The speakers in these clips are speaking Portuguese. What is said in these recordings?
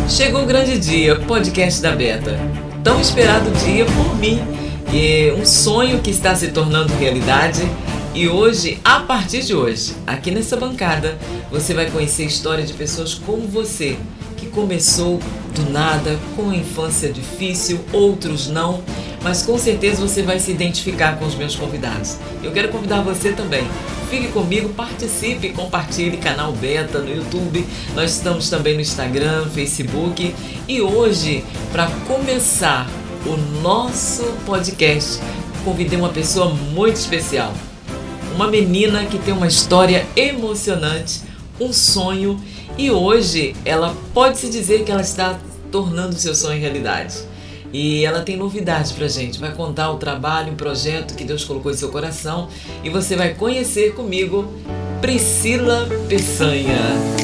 Chegou o grande dia, podcast da Beta. Tão esperado dia por mim. É um sonho que está se tornando realidade. E hoje, a partir de hoje, aqui nessa bancada, você vai conhecer a história de pessoas como você, que começou do nada, com uma infância difícil, outros não, mas com certeza você vai se identificar com os meus convidados. Eu quero convidar você também. Fique comigo, participe, compartilhe canal Beta no YouTube. Nós estamos também no Instagram, Facebook. E hoje, para começar o nosso podcast, convidei uma pessoa muito especial. Uma menina que tem uma história emocionante, um sonho, e hoje ela pode-se dizer que ela está tornando o seu sonho realidade. E ela tem novidades pra gente, vai contar o trabalho, o projeto que Deus colocou em seu coração, e você vai conhecer comigo Priscila Peçanha.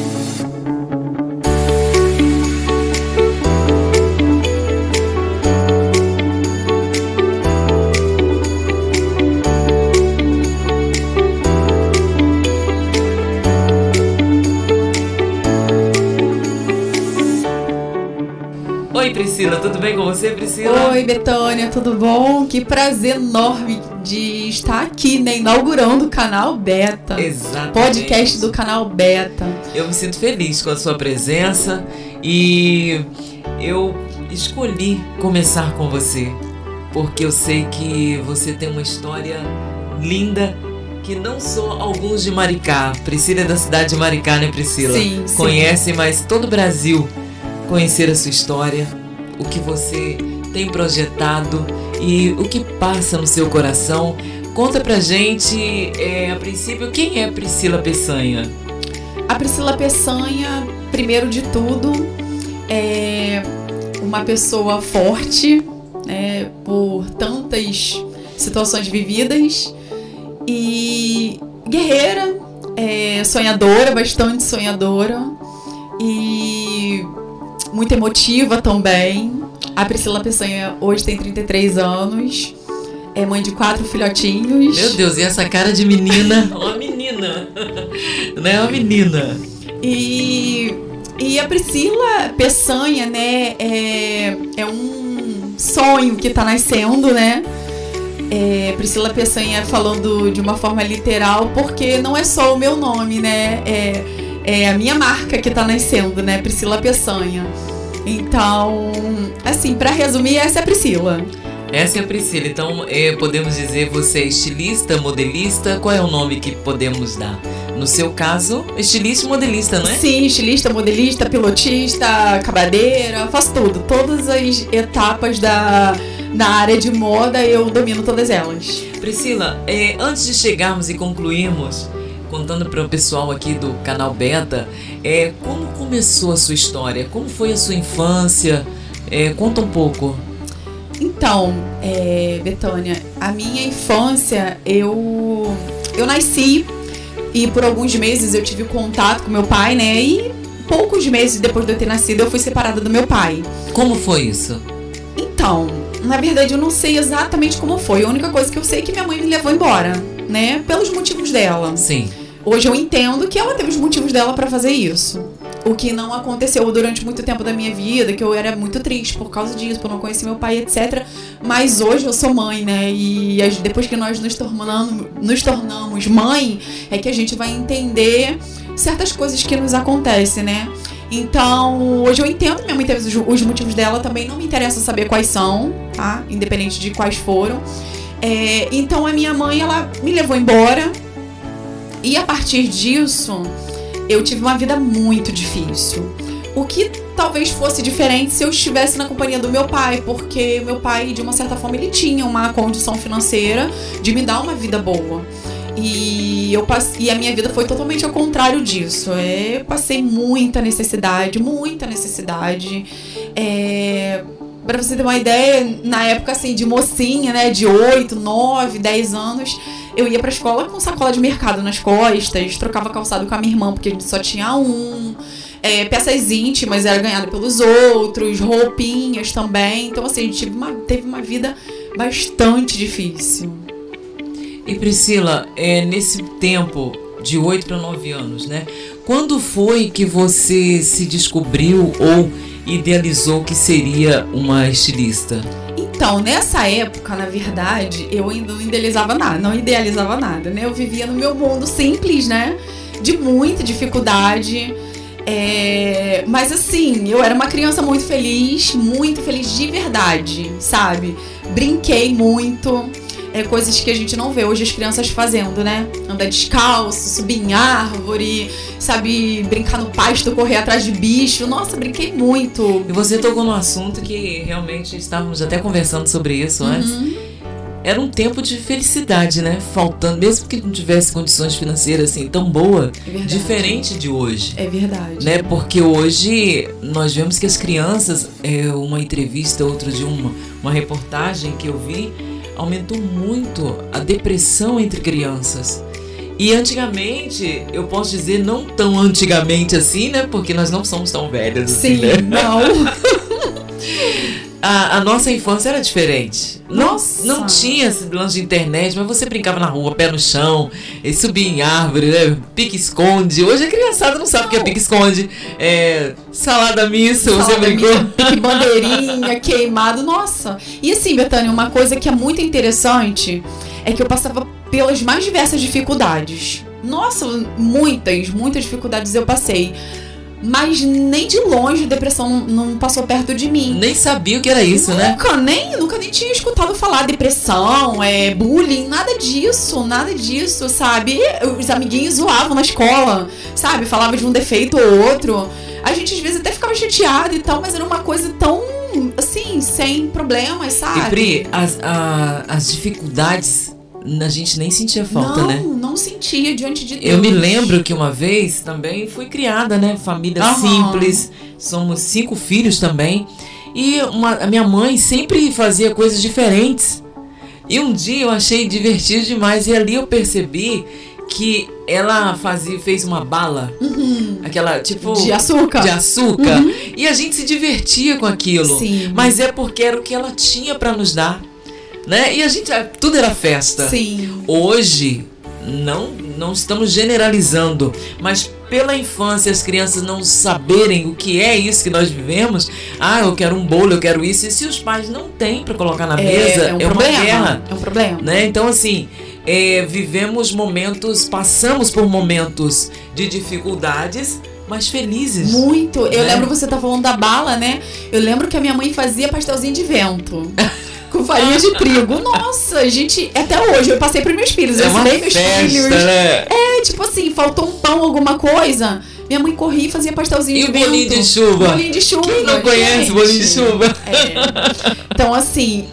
Oi Priscila, tudo bem com você, Priscila? Oi Betânia, tudo bom? Que prazer enorme de estar aqui, né? Inaugurando o canal Beta. Exatamente. Podcast do canal Beta. Eu me sinto feliz com a sua presença e eu escolhi começar com você porque eu sei que você tem uma história linda que não só alguns de Maricá, Priscila é da cidade de Maricá, né Priscila? Sim. Conhecem, mas todo o Brasil conhecer a sua história, o que você tem projetado e o que passa no seu coração. Conta pra gente, a princípio, quem é Priscila Peçanha? A Priscila Peçanha, primeiro de tudo, é uma pessoa forte, né, por tantas situações vividas, e guerreira, sonhadora, bastante sonhadora, e muito emotiva também. A Priscila Peçanha hoje tem 33 anos. É mãe de 4 filhotinhos. Meu Deus, e essa cara de menina? Uma menina. Não é uma menina. E a Priscila Peçanha, né, é um sonho que tá nascendo, né? Priscila Peçanha falando de uma forma literal, porque não é só o meu nome, né? É a minha marca que tá nascendo, né? Priscila Peçanha. Então, assim, pra resumir, essa é a Priscila. Essa é a Priscila. Então, podemos dizer, você é estilista, modelista? Qual é o nome que podemos dar? No seu caso, estilista e modelista, não é? Sim, estilista, modelista, pilotista, acabadeira, faço tudo. Todas as etapas da área de moda, eu domino todas elas. Priscila, antes de chegarmos e concluirmos, contando para o pessoal aqui do canal Beta, como começou a sua história? Como foi a sua infância? Conta um pouco. Então, Betânia, a minha infância, eu nasci e por alguns meses eu tive contato com meu pai, né? E poucos meses depois de eu ter nascido, eu fui separada do meu pai. Como foi isso? Então, na verdade, eu não sei exatamente como foi. A única coisa que eu sei é que minha mãe me levou embora, né? Pelos motivos dela. Sim. Hoje eu entendo que ela teve os motivos dela pra fazer isso. O que não aconteceu durante muito tempo da minha vida, que eu era muito triste por causa disso, por não conhecer meu pai, etc. Mas hoje eu sou mãe, né? E depois que nós nos tornamos mãe, é que a gente vai entender certas coisas que nos acontecem, né? Então, hoje eu entendo que minha mãe teve os motivos dela, também não me interessa saber quais são, tá? Independente de quais foram. Então, a minha mãe, ela me levou embora. E a partir disso, eu tive uma vida muito difícil. O que talvez fosse diferente se eu estivesse na companhia do meu pai, porque meu pai, de uma certa forma, ele tinha uma condição financeira de me dar uma vida boa. E a minha vida foi totalmente ao contrário disso. Eu passei muita necessidade. Pra você ter uma ideia, na época assim, de mocinha, né, de 8, 9, 10 anos, eu ia pra escola com sacola de mercado nas costas, trocava calçado com a minha irmã, porque a gente só tinha um. Peças íntimas era ganhada pelos outros, roupinhas também. Então, assim, a gente teve uma vida bastante difícil. E Priscila, nesse tempo de 8 para 9 anos, né? Quando foi que você se descobriu ou idealizou que seria uma estilista? Então, nessa época, na verdade, eu ainda não idealizava nada, né? Eu vivia no meu mundo simples, né? De muita dificuldade. Mas assim, eu era uma criança muito feliz de verdade, sabe? Brinquei muito. Coisas que a gente não vê hoje as crianças fazendo, né? Andar descalço, subir em árvore, sabe? Brincar no pasto, correr atrás de bicho. Nossa, brinquei muito. E você tocou num assunto que realmente estávamos até conversando sobre isso antes. Era um tempo de felicidade, né? Faltando, mesmo que não tivesse condições financeiras assim tão boas, diferente de hoje. É verdade. Né? Porque hoje nós vemos que as crianças, uma entrevista, outra de uma reportagem que eu vi, aumentou muito a depressão entre crianças. E antigamente, eu posso dizer, não tão antigamente assim, né? Porque nós não somos tão velhas assim, né? Não. A nossa infância era diferente. Nossa. Não tinha esse lance de internet, mas você brincava na rua, pé no chão, subia em árvore, né? Pique-esconde. Hoje a criançada não sabe o que é pique-esconde. Salada mista, você brincou? Pique bandeirinha, queimado, nossa. E assim, Betânia, uma coisa que é muito interessante é que eu passava pelas mais diversas dificuldades. Nossa, muitas dificuldades eu passei. Mas nem de longe a depressão não passou perto de mim. Nem sabia o que era isso, né? Nunca nem tinha escutado falar depressão, bullying, nada disso, sabe? Os amiguinhos zoavam na escola, sabe? Falava de um defeito ou outro. A gente às vezes até ficava chateado e tal, mas era uma coisa tão, assim, sem problemas, sabe? E Pri, as dificuldades a gente nem sentia falta, né? Não sentia, diante de Deus. Eu me lembro que uma vez também fui criada, né? Família simples, somos 5 filhos também. E a minha mãe sempre fazia coisas diferentes. E um dia eu achei divertido demais. E ali eu percebi que ela fez uma bala, aquela tipo de açúcar. E a gente se divertia com aquilo. Sim. Mas é porque era o que ela tinha para nos dar. Né? E a gente, tudo era festa. Sim. Hoje, não estamos generalizando, mas pela infância, as crianças não saberem o que é isso que nós vivemos. Eu quero um bolo, eu quero isso. E se os pais não têm para colocar na mesa, é uma guerra. É um problema. Né? Então, assim, passamos por momentos de dificuldades, mas felizes. Muito. Eu lembro, você tá falando da bala, né? Eu lembro que a minha mãe fazia pastelzinho de vento. Com farinha de trigo. Nossa, gente, até hoje eu passei pros meus filhos. Eu ensinei meus filhos. Né? Tipo assim, faltou um pão, alguma coisa. Minha mãe corria e fazia pastelzinho de vento. E o bolinho de chuva? Bolinho de chuva. Quem não conhece bolinho de chuva? Então, assim,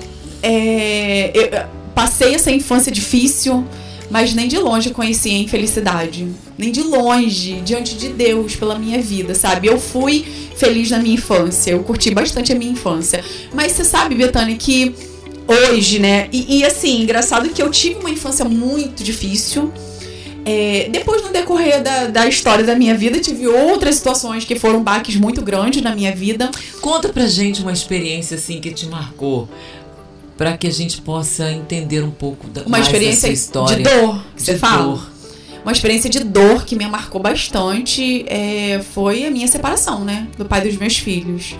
eu passei essa infância difícil, mas nem de longe conheci a infelicidade. Nem de longe, diante de Deus, pela minha vida, sabe? Eu fui feliz na minha infância, eu curti bastante a minha infância. Mas você sabe, Betânia, que hoje, né? E assim, engraçado que eu tive uma infância muito difícil. Depois, no decorrer da história da minha vida, tive outras situações que foram baques muito grandes na minha vida. Conta pra gente uma experiência assim que te marcou, para que a gente possa entender um pouco mais dessa história. De dor, que você fala. Uma experiência de dor que me marcou bastante foi a minha separação, né? Do pai dos meus filhos.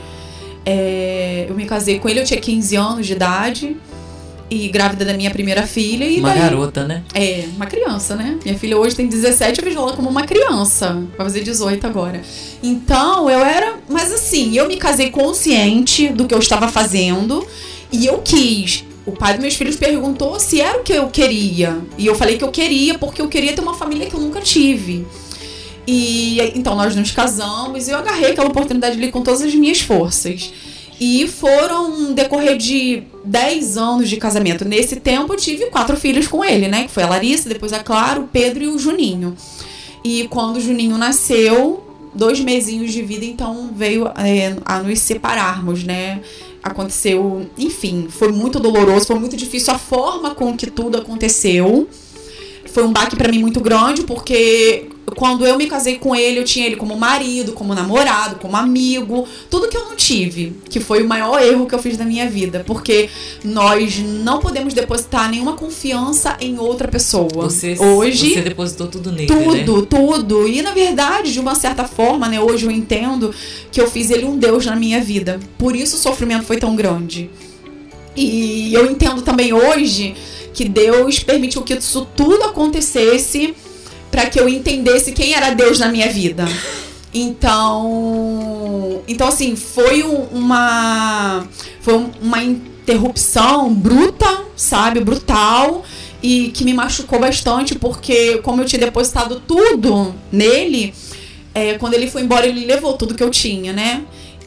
Eu me casei com ele, eu tinha 15 anos de idade. E grávida da minha primeira filha. E uma garota, né? Uma criança, né? Minha filha hoje tem 17, eu vejo ela como uma criança. Vai fazer 18 agora. Então, eu era... Mas assim, eu me casei consciente do que eu estava fazendo. E eu quis. O pai dos meus filhos perguntou se era o que eu queria. E eu falei que eu queria, porque eu queria ter uma família que eu nunca tive. E então nós nos casamos e eu agarrei aquela oportunidade ali com todas as minhas forças. E foram um decorrer de 10 anos de casamento. Nesse tempo eu tive 4 filhos com ele, né? Que foi a Larissa, depois a Clara, o Pedro e o Juninho. E quando o Juninho nasceu, 2 mesinhos de vida, então veio a nos separarmos, né? Aconteceu, enfim, foi muito doloroso, foi muito difícil a forma com que tudo aconteceu. Foi um baque pra mim muito grande, porque quando eu me casei com ele, eu tinha ele como marido, como namorado, como amigo, tudo que eu não tive, que foi o maior erro que eu fiz na minha vida, porque nós não podemos depositar nenhuma confiança em outra pessoa. Você depositou tudo nele, Tudo. E na verdade, de uma certa forma, né, hoje eu entendo que eu fiz ele um Deus na minha vida. Por isso o sofrimento foi tão grande. E eu entendo também hoje que Deus permitiu que isso tudo acontecesse para que eu entendesse quem era Deus na minha vida. Então assim, foi uma interrupção bruta, sabe? Brutal. E que me machucou bastante, porque como eu tinha depositado tudo nele, quando ele foi embora, ele levou tudo que eu tinha, né?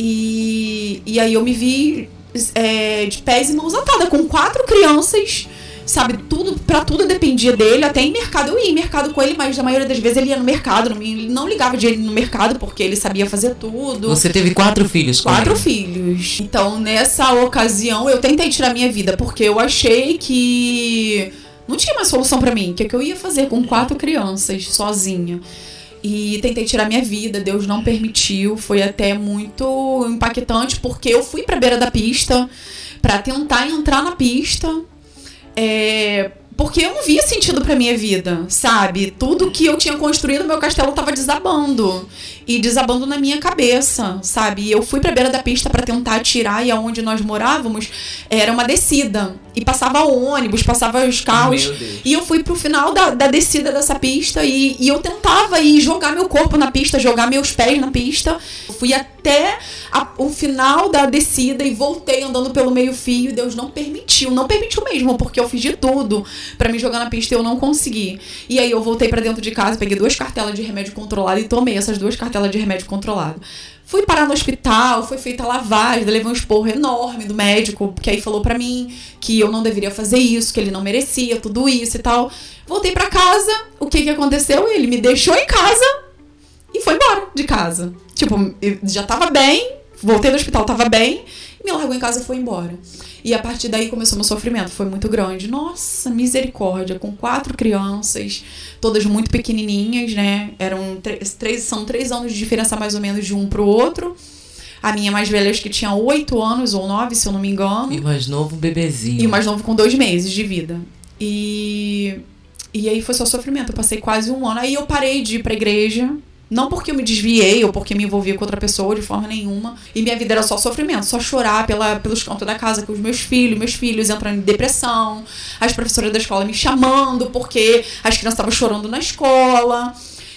E aí eu me vi de pés e mãos atadas, com 4 crianças, sabe? Pra tudo dependia dele, até em mercado. Eu ia em mercado com ele, mas a maioria das vezes ele ia no mercado, ele não ligava de ele no mercado, porque ele sabia fazer tudo. Você teve 4 filhos com ele? 4 filhos. Então, nessa ocasião, eu tentei tirar minha vida, porque eu achei que não tinha mais solução pra mim. O que eu ia fazer com 4 crianças, sozinha? E tentei tirar minha vida, Deus não permitiu. Foi até muito impactante, porque eu fui pra beira da pista pra tentar entrar na pista, porque eu não via sentido pra minha vida, sabe? Tudo que eu tinha construído, meu castelo tava desabando. E desabando na minha cabeça, sabe? E eu fui pra beira da pista pra tentar atirar, e aonde nós morávamos era uma descida. E passava ônibus, passava os carros. E eu fui pro final da descida dessa pista e eu tentava ir jogar meu corpo na pista, jogar meus pés na pista. Eu fui até o final da descida e voltei andando pelo meio-fio. E Deus não permitiu mesmo, porque eu fiz de tudo pra me jogar na pista e eu não consegui. E aí eu voltei pra dentro de casa, peguei 2 cartelas de remédio controlado e tomei essas 2 cartelas de remédio controlado. Fui parar no hospital, foi feita a lavagem, levei um esporro enorme do médico, que aí falou pra mim que eu não deveria fazer isso, que ele não merecia tudo isso e tal. Voltei pra casa, o que aconteceu? Ele me deixou em casa e foi embora de casa. Tipo, eu já tava bem, voltei do hospital, tava bem, me largou em casa e foi embora. E a partir daí começou meu sofrimento, foi muito grande. Nossa, misericórdia, com 4 crianças, todas muito pequenininhas, né? São 3 anos de diferença mais ou menos de um pro outro. A minha mais velha, acho que tinha 8 anos ou 9, se eu não me engano. E o mais novo, bebezinho. E o mais novo com 2 meses de vida. E aí foi só sofrimento, eu passei quase 1 ano. Aí eu parei de ir pra igreja. Não porque eu me desviei ou porque me envolvia com outra pessoa de forma nenhuma. E minha vida era só sofrimento, só chorar pelos cantos da casa com os meus filhos entrando em depressão, as professoras da escola me chamando porque as crianças estavam chorando na escola.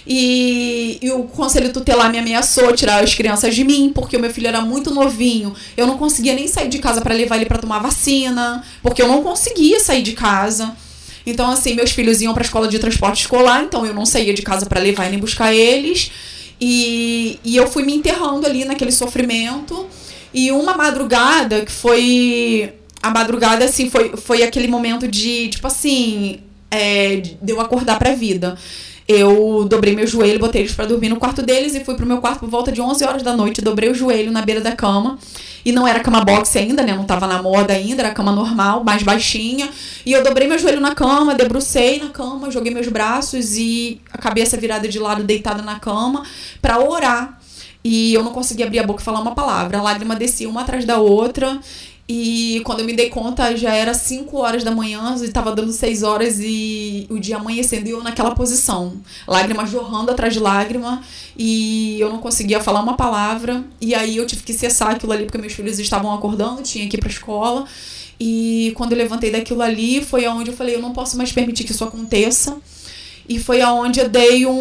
E o conselho tutelar me ameaçou tirar as crianças de mim, porque o meu filho era muito novinho. Eu não conseguia nem sair de casa para levar ele para tomar vacina, porque eu não conseguia sair de casa. Então, assim, meus filhos iam pra escola de transporte escolar, então eu não saía de casa pra levar e nem buscar eles. E eu fui me enterrando ali naquele sofrimento. E uma madrugada, que foi... A madrugada, assim, foi aquele momento de, tipo assim, de eu acordar pra vida. Eu dobrei meu joelho, botei eles pra dormir no quarto deles e fui pro meu quarto por volta de 11 horas da noite. Dobrei o joelho na beira da cama. E não era cama box ainda, né? Não tava na moda ainda, era cama normal, mais baixinha. E eu dobrei meu joelho na cama, debrucei na cama, joguei meus braços e a cabeça virada de lado, deitada na cama, pra orar. E eu não conseguia abrir a boca e falar uma palavra. A lágrima descia uma atrás da outra. E quando eu me dei conta, já era 5 horas da manhã, e tava dando 6 horas e o dia amanhecendo e eu naquela posição. Lágrima jorrando atrás de lágrima e eu não conseguia falar uma palavra. E aí eu tive que cessar aquilo ali porque meus filhos estavam acordando, tinha que ir pra escola. E quando eu levantei daquilo ali, foi aonde eu falei, eu não posso mais permitir que isso aconteça. E foi aonde eu dei eu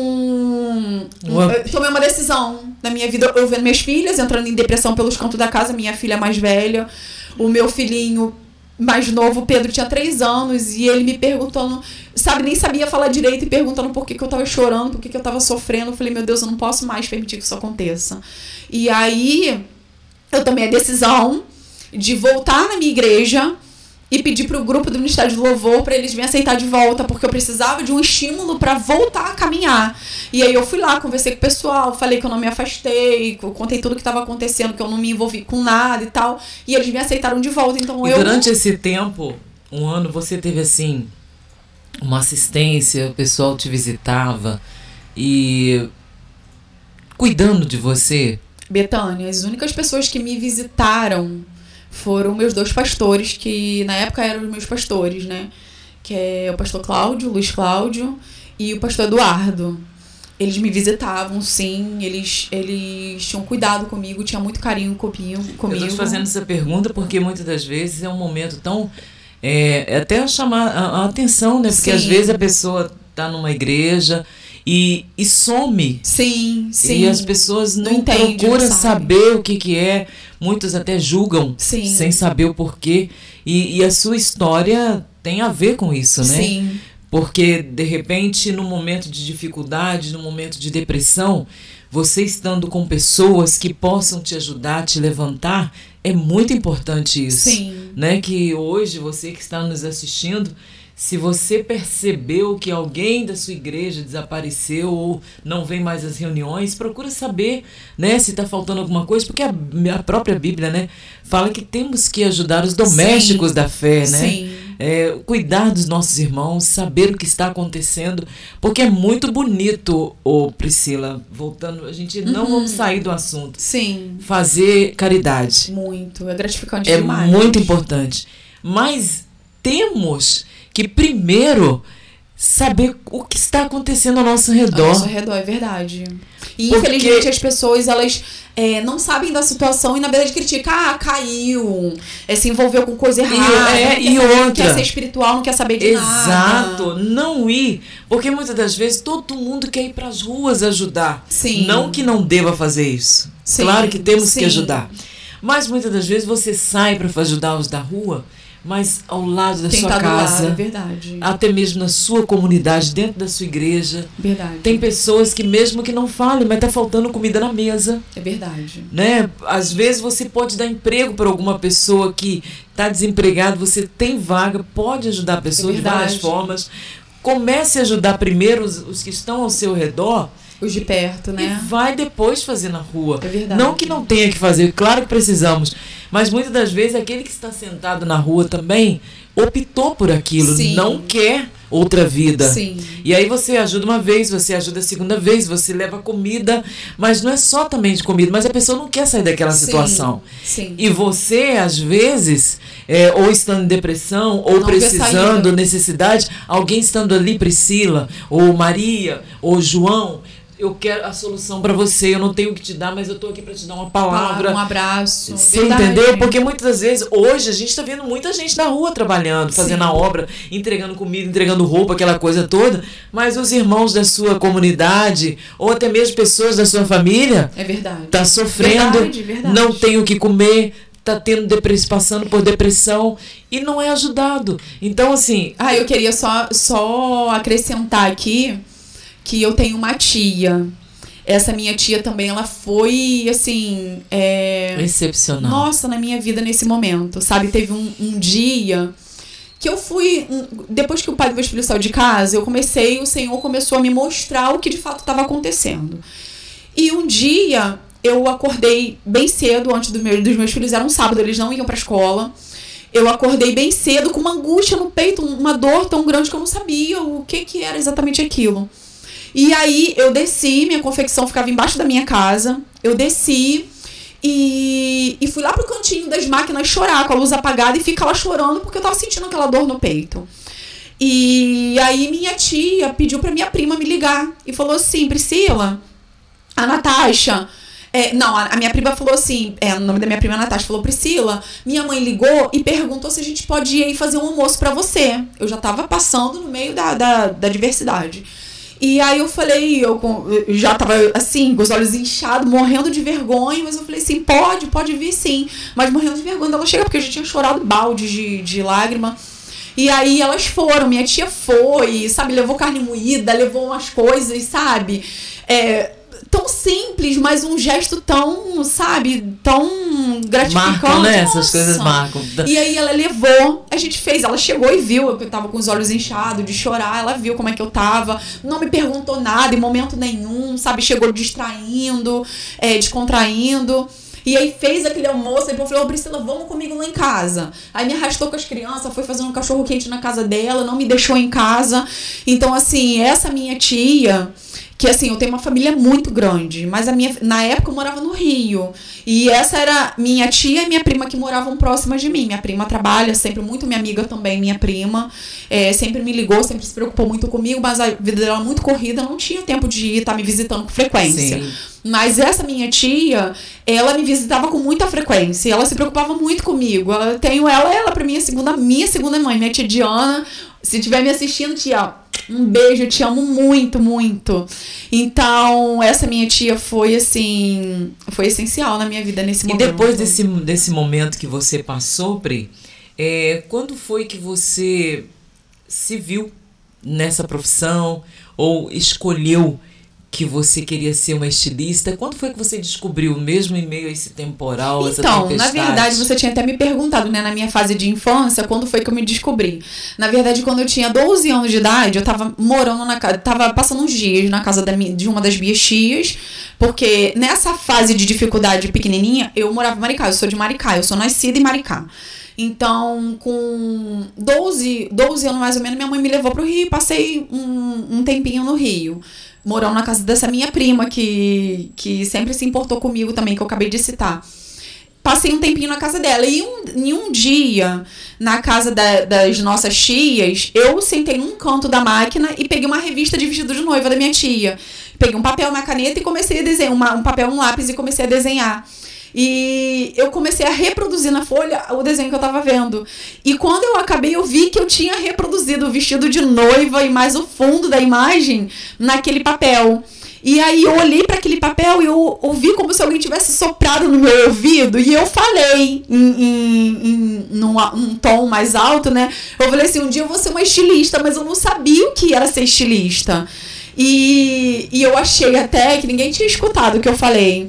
tomei uma decisão na minha vida. Eu vendo minhas filhas entrando em depressão pelos cantos da casa, minha filha mais velha. O meu filhinho mais novo, o Pedro, tinha 3 anos e ele me perguntando, sabe, nem sabia falar direito e perguntando por que eu tava chorando, por que eu tava sofrendo. Eu falei, meu Deus, eu não posso mais permitir que isso aconteça. E aí eu tomei a decisão de voltar na minha igreja e pedir pro grupo do Ministério de Louvor para eles me aceitar de volta, porque eu precisava de um estímulo para voltar a caminhar. E aí eu fui lá, conversei com o pessoal, falei que eu não me afastei, contei tudo que estava acontecendo, que eu não me envolvi com nada e tal, e eles me aceitaram de volta. Então durante esse tempo, 1 ano, você teve assim uma assistência, o pessoal te visitava, e cuidando de você? Betânia, as únicas pessoas que me visitaram foram meus 2 pastores, que na época eram os meus pastores, né? Que é o pastor Cláudio, Luiz Cláudio, e o pastor Eduardo. Eles me visitavam, sim, eles tinham cuidado comigo, tinham muito carinho comigo. Eu estou te fazendo essa pergunta porque muitas das vezes é um momento tão... até chamar a atenção, né? Porque sim. Às vezes a pessoa está numa igreja e some. Sim. E as pessoas não procuram saber o que é. Muitos até julgam, sim. sem saber o porquê. E a sua história tem a ver com isso, né? Sim. Porque, de repente, no momento de dificuldade, no momento de depressão, você estando com pessoas que possam te ajudar, te levantar, é muito importante isso. Sim. Né? Que hoje, você que está nos assistindo, se você percebeu que alguém da sua igreja desapareceu ou não vem mais às reuniões, procura saber, né, se está faltando alguma coisa, porque a própria Bíblia, né, fala que temos que ajudar os domésticos da fé, né? Sim. Cuidar dos nossos irmãos, saber o que está acontecendo, porque é muito bonito, Priscila, voltando, a gente não vamos sair do assunto. Sim. Fazer caridade. Muito, é gratificante demais. É muito importante. Mas temos que primeiro saber o que está acontecendo ao nosso redor. Ao nosso redor, é verdade. E infelizmente as pessoas, elas não sabem da situação e na verdade criticam, caiu, se envolveu com coisa errada, não quer ser espiritual, não quer saber de nada. Exato, não ir, porque muitas das vezes todo mundo quer ir para as ruas ajudar. Sim. Não que não deva fazer isso. Sim. Claro que temos que ajudar. Mas muitas das vezes você sai para ajudar os da rua, mas ao lado da sua casa, verdade. Até mesmo na sua comunidade, dentro da sua igreja. Verdade. Tem pessoas que mesmo que não falem, mas tá faltando comida na mesa. É verdade. Né? Às vezes você pode dar emprego para alguma pessoa que está desempregada, você tem vaga, pode ajudar a pessoa de várias formas. Comece a ajudar primeiro os que estão ao seu redor. Os de perto, né? E vai depois fazer na rua. É verdade. Não que não tenha que fazer, claro que precisamos. Mas muitas das vezes aquele que está sentado na rua também optou por aquilo. Sim. Não quer outra vida. Sim. E aí você ajuda uma vez, você ajuda a segunda vez, você leva comida. Mas não é só também de comida, mas a pessoa não quer sair daquela situação. Sim. E você, às vezes, ou estando em depressão, ou não precisando, necessidade, alguém estando ali, Priscila, ou Maria, ou João, eu quero a solução para você, eu não tenho o que te dar, mas eu tô aqui para te dar uma palavra. Um abraço. Você entendeu? Porque muitas das vezes, hoje, a gente está vendo muita gente na rua trabalhando, fazendo a obra, entregando comida, entregando roupa, aquela coisa toda, mas os irmãos da sua comunidade, ou até mesmo pessoas da sua família, tá sofrendo, verdade. Não tem o que comer, tá passando por depressão e não é ajudado. Então, assim... eu queria só acrescentar aqui que eu tenho uma tia. Essa minha tia também, ela foi, assim... excepcional. Nossa, na minha vida nesse momento, sabe? Teve um dia que eu fui... Depois que o pai dos meus filhos saiu de casa, o Senhor começou a me mostrar o que de fato estava acontecendo. E um dia, eu acordei bem cedo, antes dos meus filhos, era um sábado, eles não iam pra escola. Eu acordei bem cedo com uma angústia no peito, uma dor tão grande que eu não sabia o que era exatamente aquilo. E aí eu desci, minha confecção ficava embaixo da minha casa, eu desci e fui lá pro cantinho das máquinas chorar com a luz apagada e ficar lá chorando porque eu tava sentindo aquela dor no peito. E aí minha tia pediu pra minha prima me ligar e falou assim, Priscila, a Natasha... a minha prima falou assim, o nome da minha prima é Natasha, falou, Priscila, minha mãe ligou e perguntou se a gente pode ir aí fazer um almoço pra você. Eu já tava passando no meio da diversidade. E aí eu falei, eu já tava assim, com os olhos inchados, morrendo de vergonha, mas eu falei assim, pode vir sim. Mas morrendo de vergonha dela chegar, porque eu já tinha chorado baldes de lágrima. E aí elas foram, minha tia foi, sabe, levou carne moída, levou umas coisas, sabe, tão simples, mas um gesto tão, sabe, tão gratificante. Marcam, né? Essas coisas marcam. E aí ela levou, a gente fez, ela chegou e viu que eu tava com os olhos inchados de chorar, ela viu como é que eu tava, não me perguntou nada em momento nenhum, sabe, chegou distraindo, descontraindo. E aí fez aquele almoço, e eu falei, Priscila, vamos comigo lá em casa. Aí me arrastou com as crianças, foi fazendo um cachorro quente na casa dela, não me deixou em casa. Então, assim, essa minha tia, que assim, eu tenho uma família muito grande, mas na época eu morava no Rio. E essa era minha tia e minha prima que moravam próximas de mim. Minha prima trabalha, sempre muito minha amiga também, minha prima. Sempre me ligou, sempre se preocupou muito comigo, mas a vida dela muito corrida, não tinha tempo de estar me visitando com frequência. Sim. Mas essa minha tia, ela me visitava com muita frequência. Ela se preocupava muito comigo. Eu tenho ela pra mim é minha segunda mãe, minha tia Diana. Se estiver me assistindo, tia, um beijo, eu te amo muito, muito. Então, essa minha tia foi, assim, foi essencial na minha vida nesse momento. E depois desse momento que você passou, Pri, quando foi que você se viu nessa profissão ou escolheu que você queria ser uma estilista? Quando foi que você descobriu, mesmo em meio a esse temporal, essa tempestade? Então, na verdade, você tinha até me perguntado, né, na minha fase de infância, quando foi que eu me descobri. Na verdade, quando eu tinha 12 anos de idade, eu tava morando tava passando uns dias na casa de uma das minhas tias, porque nessa fase de dificuldade pequenininha, eu morava em Maricá, eu sou de Maricá, eu sou nascida em Maricá. Então, com 12 anos mais ou menos, minha mãe me levou pro Rio, passei um tempinho no Rio. Morando na casa dessa minha prima, que sempre se importou comigo também, que eu acabei de citar. Passei um tempinho na casa dela. E um dia, na casa das nossas tias, eu sentei num canto da máquina e peguei uma revista de vestido de noiva da minha tia. Peguei um papel, uma caneta e comecei a desenhar. Um papel, um lápis e comecei a desenhar. E eu comecei a reproduzir na folha o desenho que eu tava vendo. E quando eu acabei, eu vi que eu tinha reproduzido o vestido de noiva e mais o fundo da imagem naquele papel. E aí eu olhei para aquele papel e eu ouvi como se alguém tivesse soprado no meu ouvido. E eu falei num tom mais alto, né? Eu falei assim, um dia eu vou ser uma estilista, mas eu não sabia o que era ser estilista. E eu achei até que ninguém tinha escutado o que eu falei.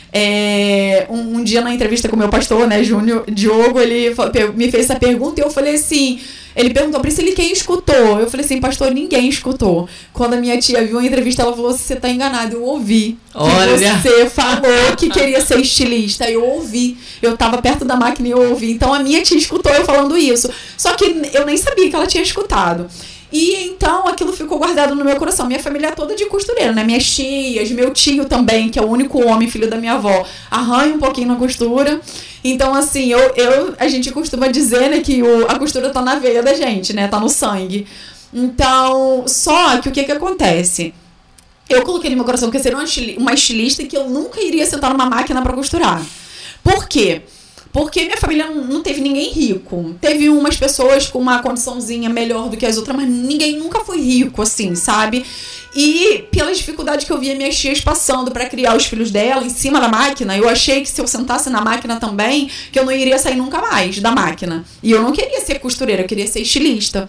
Um dia na entrevista com o meu pastor, né, Diogo, ele me fez essa pergunta e eu falei assim, ele perguntou, Priscila, quem escutou? Eu falei assim, pastor, ninguém escutou. Quando a minha tia viu a entrevista, ela falou, você tá enganado, eu ouvi. Olha. Que você falou que queria ser estilista, eu ouvi. Eu tava perto da máquina e eu ouvi. Então a minha tia escutou eu falando isso. Só que eu nem sabia que ela tinha escutado. E então aquilo ficou guardado no meu coração. Minha família é toda de costureira, né? Minhas tias, meu tio também, que é o único homem, filho da minha avó, arranha um pouquinho na costura. Então, assim, a gente costuma dizer, né, que a costura tá na veia da gente, né? Tá no sangue. Então, só que o que acontece? Eu coloquei no meu coração que eu seria uma estilista e que eu nunca iria sentar numa máquina pra costurar. Por quê? Porque minha família não teve ninguém rico. Teve umas pessoas com uma condiçãozinha melhor do que as outras, mas ninguém nunca foi rico, assim, sabe? E pela dificuldade que eu via minhas tias passando pra criar os filhos dela em cima da máquina, eu achei que se eu sentasse na máquina também, que eu não iria sair nunca mais da máquina. E eu não queria ser costureira, eu queria ser estilista.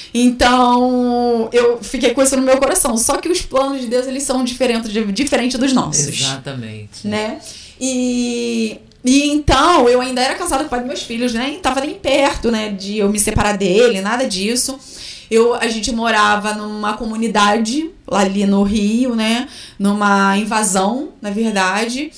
Então, eu fiquei com isso no meu coração. Só que os planos de Deus, eles são diferentes dos nossos. Exatamente. Né? E então, eu ainda era casada com o pai dos meus filhos, né? E tava nem perto, né, de eu me separar dele, nada disso. A gente morava numa comunidade, lá ali no Rio, né? Numa invasão, na verdade.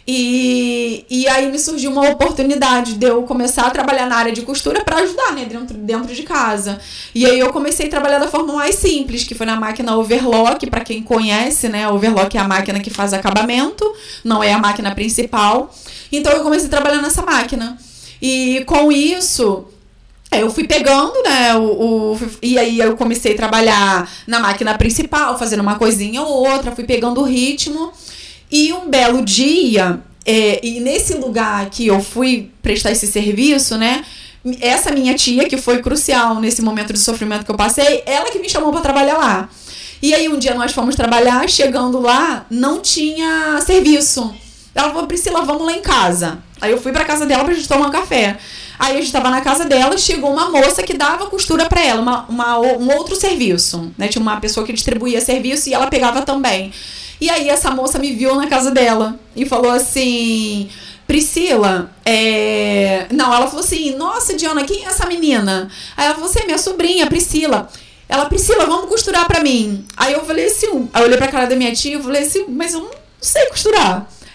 E aí me surgiu uma oportunidade de eu começar a trabalhar na área de costura para ajudar, né, dentro de casa. E aí eu comecei a trabalhar da forma mais simples, que foi na máquina overlock. Para quem conhece, né, a overlock é a máquina que faz acabamento, não é a máquina principal. Então eu comecei a trabalhar nessa máquina. E com isso, eu fui pegando, né, e aí eu comecei a trabalhar na máquina principal, fazendo uma coisinha ou outra, fui pegando o ritmo. E um belo dia, e nesse lugar que eu fui prestar esse serviço, né, essa minha tia, que foi crucial nesse momento de sofrimento que eu passei, ela que me chamou para trabalhar lá. E aí um dia nós fomos trabalhar, chegando lá, não tinha serviço. Ela falou, Priscila, vamos lá em casa. Aí eu fui pra casa dela pra gente tomar um café. Aí a gente tava na casa dela, chegou uma moça que dava costura pra ela, um outro serviço, né? Tinha uma pessoa que distribuía serviço e ela pegava também. E aí essa moça me viu na casa dela e falou assim, Priscila, não, ela falou assim, nossa, Diana, quem é essa menina? Aí ela falou assim, minha sobrinha, Priscila. Ela, Priscila, vamos costurar pra mim. Aí eu falei assim, aí eu olhei pra cara da minha tia e falei assim, mas eu não sei costurar.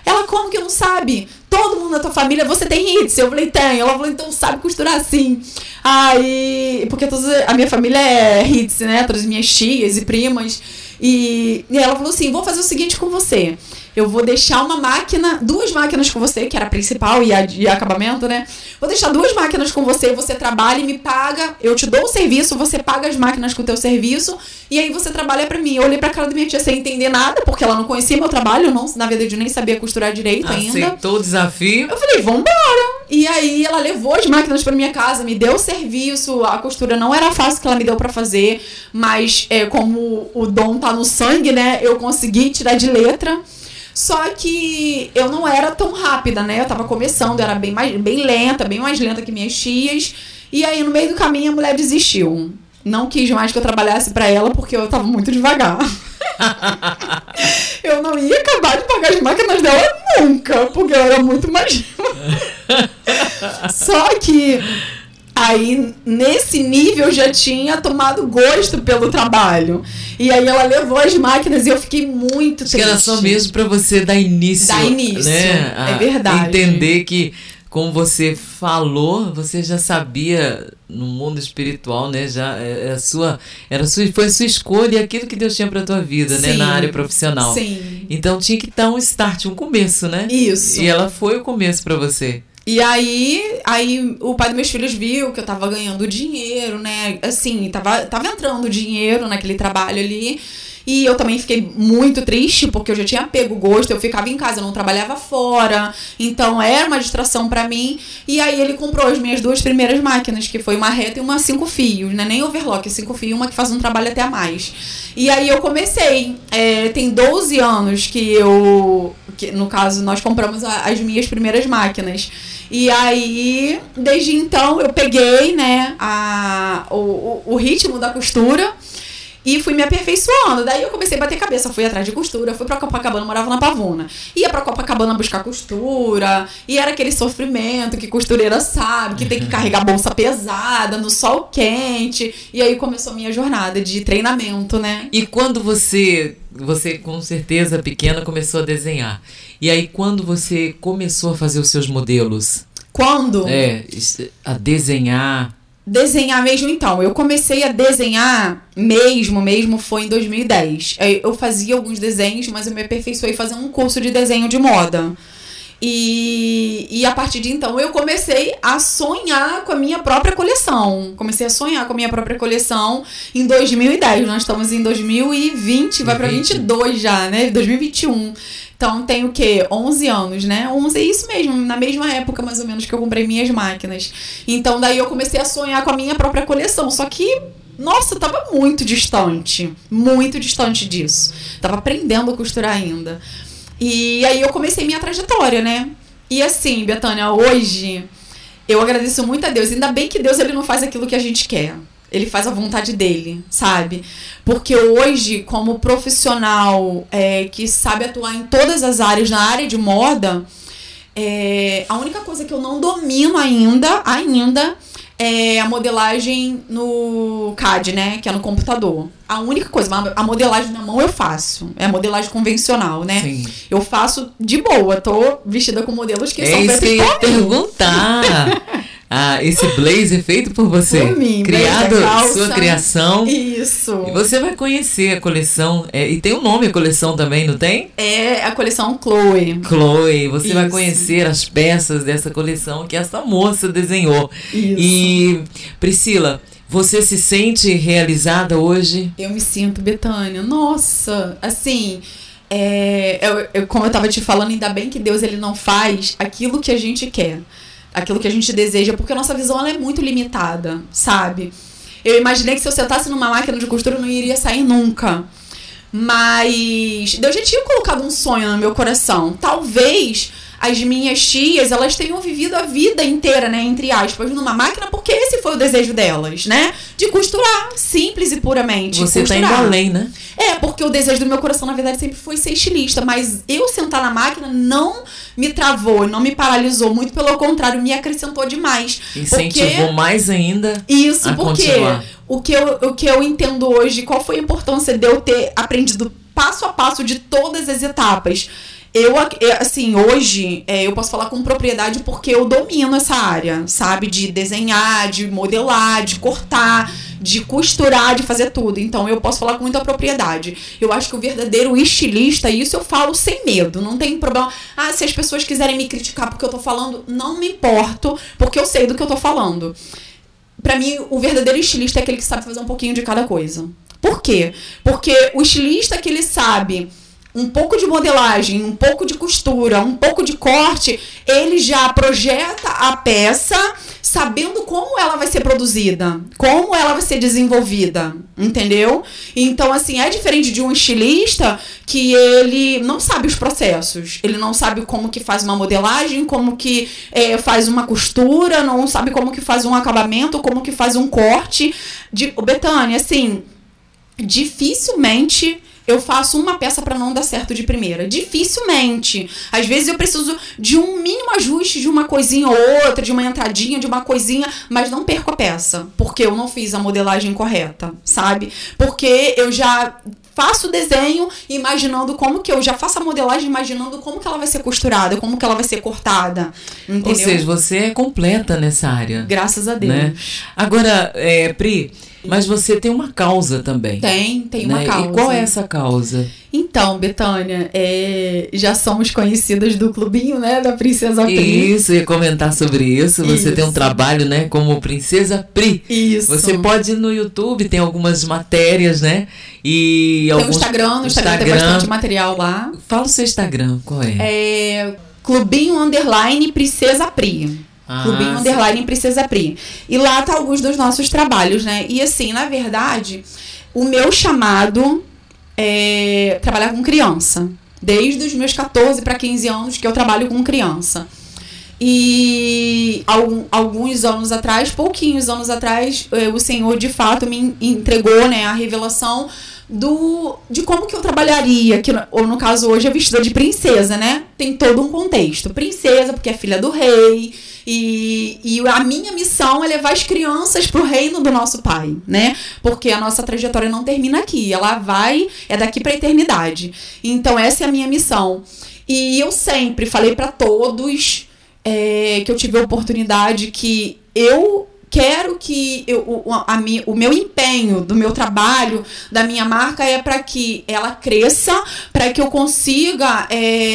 Ela, como que não sabe? Todo mundo na tua família, você tem hits? Eu falei, tem. Ela falou, então sabe costurar assim. Aí, porque a minha família é hits, né? Todas as minhas tias e primas. E ela falou assim, vou fazer o seguinte com você. Eu vou deixar duas máquinas com você, que era a principal e a acabamento, né? Vou deixar 2 máquinas com você trabalha e me paga, eu te dou o serviço, você paga as máquinas com o teu serviço, e aí você trabalha pra mim. Eu olhei pra cara da minha tia sem entender nada, porque ela não conhecia meu trabalho, na verdade eu nem sabia costurar direito ainda. Aceitou o desafio? Eu falei, vambora! E aí ela levou as máquinas pra minha casa, me deu o serviço, a costura não era fácil que ela me deu pra fazer, mas como o dom tá no sangue, né, eu consegui tirar de letra. Só que eu não era tão rápida, né? Eu tava começando, eu era bem lenta, bem mais lenta que minhas tias. E aí, no meio do caminho, a mulher desistiu. Não quis mais que eu trabalhasse pra ela, porque eu tava muito devagar. Eu não ia acabar de pagar as máquinas dela nunca, porque eu era muito mais... Só que... Aí, nesse nível, eu já tinha tomado gosto pelo trabalho. E aí, ela levou as máquinas e eu fiquei muito triste. Acho que era só mesmo pra você dar início. Né? É verdade. Entender que, como você falou, você já sabia no mundo espiritual, né? Já foi a sua escolha e aquilo que Deus tinha pra tua vida, né? Na área profissional. Sim. Então, tinha que dar um start, um começo, né? Isso. E ela foi o começo pra você. E aí o pai dos meus filhos viu que eu tava ganhando dinheiro, né? Assim, tava entrando dinheiro naquele trabalho ali. E eu também fiquei muito triste, porque eu já tinha pego o gosto, eu ficava em casa, eu não trabalhava fora. Então era uma distração pra mim. E aí ele comprou as minhas 2 primeiras máquinas, que foi uma reta e uma 5 fios, né? Nem overlock, 5 fios, uma que faz um trabalho até a mais. E aí eu comecei. Tem 12 anos que no caso, nós compramos as minhas primeiras máquinas. E aí, desde então, eu peguei, né, o ritmo da costura e fui me aperfeiçoando. Daí eu comecei a bater cabeça, fui atrás de costura, fui pra Copacabana, morava na Pavuna. Ia pra Copacabana buscar costura, e era aquele sofrimento que costureira sabe, que tem que carregar bolsa pesada, no sol quente. E aí começou a minha jornada de treinamento, né? E quando você com certeza pequena começou a desenhar. E aí quando você começou a fazer os seus modelos? Quando? A desenhar. Desenhar mesmo, então. Eu comecei a desenhar mesmo foi em 2010. Eu fazia alguns desenhos, mas eu me aperfeiçoei fazendo um curso de desenho de moda. E a partir de então eu comecei a sonhar com a minha própria coleção. Em 2010. Nós estamos em 2020, vai pra 22 já, né? 2021. Então tem o quê? 11 anos, né? 11 é isso mesmo, na mesma época mais ou menos que eu comprei minhas máquinas. Então daí eu comecei a sonhar com a minha própria coleção. Só que, nossa, tava muito distante disso. Tava aprendendo a costurar ainda. E aí eu comecei minha trajetória, né? E assim, Betânia, hoje eu agradeço muito a Deus. Ainda bem que Deus, ele não faz aquilo que a gente quer. Ele faz a vontade dele, sabe? Porque hoje, como profissional que sabe atuar em todas as áreas, na área de moda, a única coisa que eu não domino ainda é a modelagem no CAD, né? Que é no computador. A única coisa, a modelagem na mão eu faço. É a modelagem convencional, né? Sim. Eu faço de boa. Tô vestida com modelos que são feitos por mim. É isso que eu ia perguntar. Esse blazer feito por você. Por mim. Criado, sua criação. Isso. E você vai conhecer a coleção. E tem um nome a coleção também, não tem? É a coleção Chloe. Chloe. Você vai Isso. conhecer as peças dessa coleção que essa moça desenhou. Isso. E, Priscila, você se sente realizada hoje? Eu me sinto, Betânia. Nossa, assim... como eu tava te falando, ainda bem que Deus, ele não faz aquilo que a gente quer, aquilo que a gente deseja, porque a nossa visão, ela é muito limitada, sabe? Eu imaginei que se eu sentasse numa máquina de costura eu não iria sair nunca, mas Deus já tinha colocado um sonho no meu coração. Talvez as minhas tias, elas tenham vivido a vida inteira, né, entre aspas, numa máquina, porque esse foi o desejo delas, né? De costurar, simples e puramente. Você costurar. tá indo além, né? Porque o desejo do meu coração, na verdade, sempre foi ser estilista, mas eu sentar na máquina não me travou, não me paralisou, muito pelo contrário, me acrescentou demais. Incentivou mais ainda isso, a porque continuar. O que eu entendo hoje, qual foi a importância de eu ter aprendido passo a passo de todas as etapas? Assim, hoje, eu posso falar com propriedade porque eu domino essa área, sabe? De desenhar, de modelar, de cortar, de costurar, de fazer tudo. Então, eu posso falar com muita propriedade. Eu acho que o verdadeiro estilista, isso eu falo sem medo. Não tem problema. Se as pessoas quiserem me criticar porque eu tô falando, não me importo, porque eu sei do que eu tô falando. Pra mim, o verdadeiro estilista é aquele que sabe fazer um pouquinho de cada coisa. Por quê? Porque o estilista que ele sabe um pouco de modelagem, um pouco de costura, um pouco de corte, ele já projeta a peça sabendo como ela vai ser produzida, como ela vai ser desenvolvida, entendeu? Então, assim, é diferente de um estilista que ele não sabe os processos, ele não sabe como que faz uma modelagem, como que faz uma costura, não sabe como que faz um acabamento, como que faz um corte. Betânia, assim, dificilmente eu faço uma peça para não dar certo de primeira. Dificilmente. Às vezes eu preciso de um mínimo ajuste de uma coisinha ou outra, de uma entradinha, de uma coisinha, mas não perco a peça, porque eu não fiz a modelagem correta, sabe? Porque eu já faço o desenho imaginando como que eu já faço a modelagem imaginando como que ela vai ser costurada, como que ela vai ser cortada, entendeu? Ou seja, você é completa nessa área. Graças a Deus. Né? Agora, Pri, mas você tem uma causa também. Tem uma causa. E qual é essa causa? Então, Betânia, já somos conhecidas do clubinho, né, da Princesa Pri. Isso, ia comentar sobre isso. Você tem um trabalho, né, como Princesa Pri. Isso. Você pode ir no YouTube, tem algumas matérias, né? E tem o Instagram, no Instagram tem bastante material lá. Fala o seu Instagram, qual é? Clubinho_Princesa Pri. Clubinho Princesa Pri. E lá tá alguns dos nossos trabalhos, né? E assim, na verdade, o meu chamado é trabalhar com criança. Desde os meus 14 para 15 anos que eu trabalho com criança. E alguns anos atrás, pouquinhos anos atrás, o Senhor de fato me entregou, né, a revelação de como que eu trabalharia, ou no caso hoje é vestida de princesa, né? Tem todo um contexto. Princesa, porque é filha do rei, e a minha missão é levar as crianças pro reino do nosso Pai, né? Porque a nossa trajetória não termina aqui, ela é daqui pra eternidade. Então essa é a minha missão. E eu sempre falei pra todos que eu tive a oportunidade que eu quero que o meu empenho do meu trabalho, da minha marca, é para que ela cresça, para que eu consiga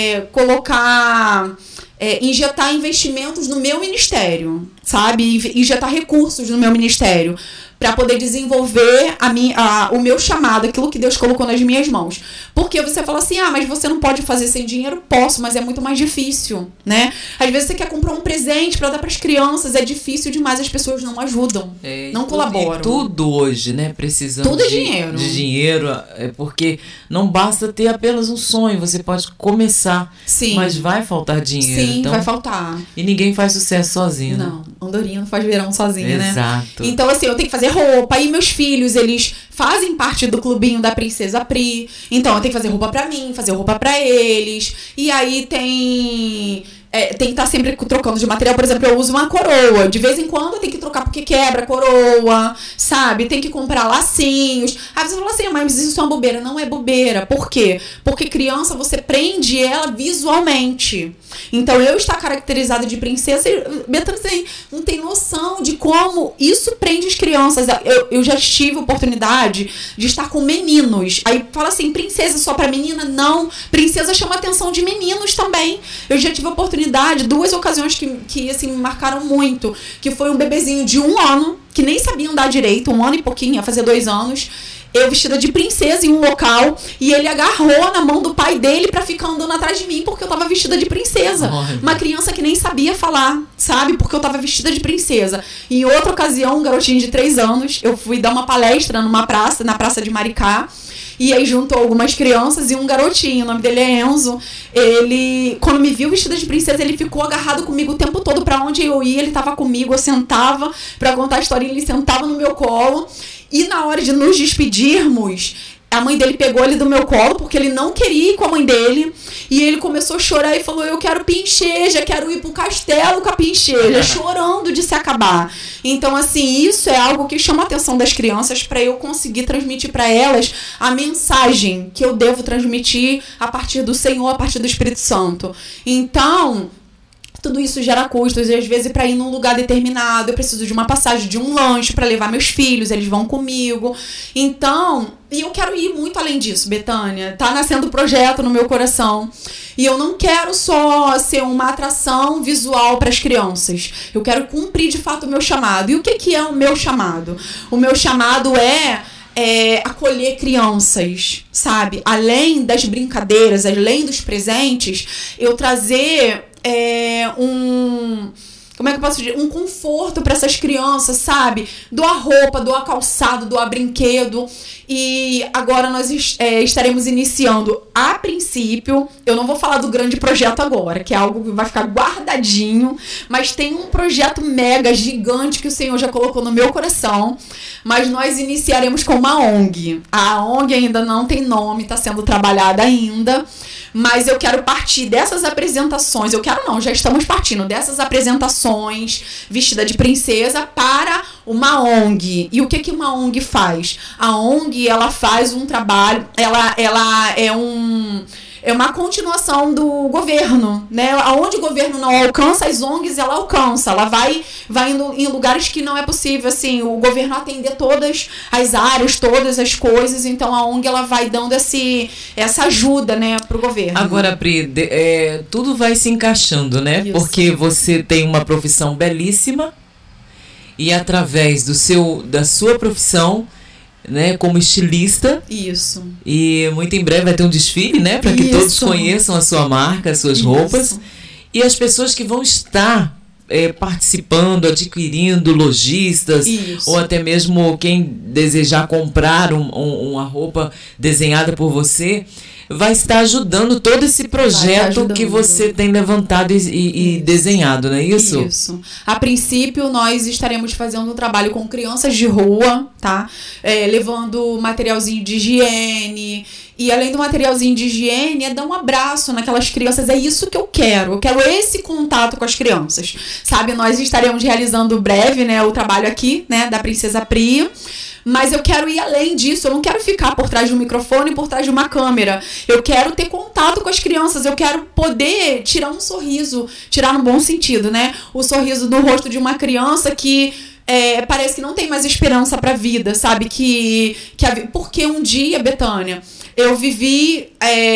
injetar investimentos no meu ministério, sabe? Injetar recursos no meu ministério para poder desenvolver o meu chamado, aquilo que Deus colocou nas minhas mãos. Porque você fala assim, mas você não pode fazer sem dinheiro? Posso, mas é muito mais difícil, né? Às vezes você quer comprar um presente para dar para as crianças, é difícil demais, as pessoas não ajudam, não colaboram. E tudo hoje, né? Precisando tudo dinheiro. De dinheiro, porque não basta ter apenas um sonho, você pode começar, sim, mas vai faltar dinheiro. Sim, então, vai faltar. E ninguém faz sucesso sozinho, não, né? Andorinha não faz verão sozinha, né? Exato. Então, assim, eu tenho que fazer roupa, e meus filhos, eles fazem parte do clubinho da Princesa Pri, então eu tenho que fazer roupa pra mim, fazer roupa pra eles, e aí tem que estar sempre trocando de material. Por exemplo, eu uso uma coroa, de vez em quando eu tenho que trocar porque quebra a coroa, sabe? Tem que comprar lacinhos. Aí você fala assim, mas isso é uma bobeira. Não é bobeira. Por quê? Porque criança, você prende ela visualmente. Então, eu estar caracterizada de princesa, Betânia não tem noção de como isso prende as crianças. Eu já tive a oportunidade de estar com meninos. Aí fala assim, princesa só pra menina? Não. Princesa chama a atenção de meninos também. Eu já tive a oportunidade, 2 ocasiões que assim, me marcaram muito, que foi um bebezinho de 1 ano, que nem sabia andar direito, 1 ano e pouquinho, ia fazer 2 anos, eu vestida de princesa em um local, e ele agarrou na mão do pai dele pra ficar andando atrás de mim, porque eu tava vestida de princesa. Uma criança que nem sabia falar, sabe? Porque eu tava vestida de princesa. Em outra ocasião, um garotinho de 3 anos, eu fui dar uma palestra na praça de Maricá, e aí juntou algumas crianças e um garotinho, o nome dele é Enzo. Ele, quando me viu vestida de princesa, ele ficou agarrado comigo o tempo todo. Pra onde eu ia, ele tava comigo, eu sentava pra contar a historinha, ele sentava no meu colo. E na hora de nos despedirmos, a mãe dele pegou ele do meu colo, porque ele não queria ir com a mãe dele. E ele começou a chorar e falou, eu quero pincheja, quero ir pro castelo com a pincheja, chorando de se acabar. Então, assim, isso é algo que chama a atenção das crianças para eu conseguir transmitir para elas a mensagem que eu devo transmitir a partir do Senhor, a partir do Espírito Santo. Então, tudo isso gera custos, e às vezes para ir num lugar determinado eu preciso de uma passagem, de um lanche para levar meus filhos, eles vão comigo. Então, e eu quero ir muito além disso, Betânia. Tá nascendo um projeto no meu coração. E eu não quero só ser uma atração visual para as crianças. Eu quero cumprir de fato o meu chamado. E o que é o meu chamado? O meu chamado é acolher crianças, sabe? Além das brincadeiras, além dos presentes, eu trazer como é que eu posso dizer? Um conforto para essas crianças, sabe? Doar roupa, doar calçado, doar brinquedo. E agora nós estaremos iniciando, a princípio, eu não vou falar do grande projeto agora, que é algo que vai ficar guardadinho, mas tem um projeto mega gigante que o Senhor já colocou no meu coração, mas nós iniciaremos com uma ONG. A ONG ainda não tem nome, está sendo trabalhada ainda, mas eu quero partir dessas apresentações, já estamos partindo dessas apresentações vestida de princesa para uma ONG. E o que uma ONG faz? A ONG, ela faz um trabalho, ela é uma continuação do governo, né? Aonde o governo não alcança, as ONGs ela alcança. Ela vai indo em lugares que não é possível, assim, o governo atender todas as áreas, todas as coisas. Então a ONG ela vai dando essa ajuda, né, pro governo. Agora, Pri, tudo vai se encaixando, né? Isso. Porque você tem uma profissão belíssima e através da sua profissão, né, como estilista. Isso. E muito em breve vai ter um desfile, né, para que todos conheçam a sua marca, as suas roupas. E as pessoas que vão estar participando, adquirindo, lojistas, ou até mesmo quem desejar comprar uma roupa desenhada por você, vai estar ajudando todo esse projeto que você tem levantado e desenhado, não é isso? Isso. A princípio, nós estaremos fazendo um trabalho com crianças de rua, tá? Levando materialzinho de higiene. E além do materialzinho de higiene, dar um abraço naquelas crianças. É isso que eu quero. Eu quero esse contato com as crianças. Sabe, nós estaremos realizando breve, né, o trabalho aqui, né, da Princesa Pri. Mas eu quero ir além disso, eu não quero ficar por trás de um microfone, por trás de uma câmera. Eu quero ter contato com as crianças, eu quero poder tirar um sorriso, tirar no bom sentido, né? O sorriso do rosto de uma criança que parece que não tem mais esperança pra vida, sabe? Porque um dia, Betânia, eu vivi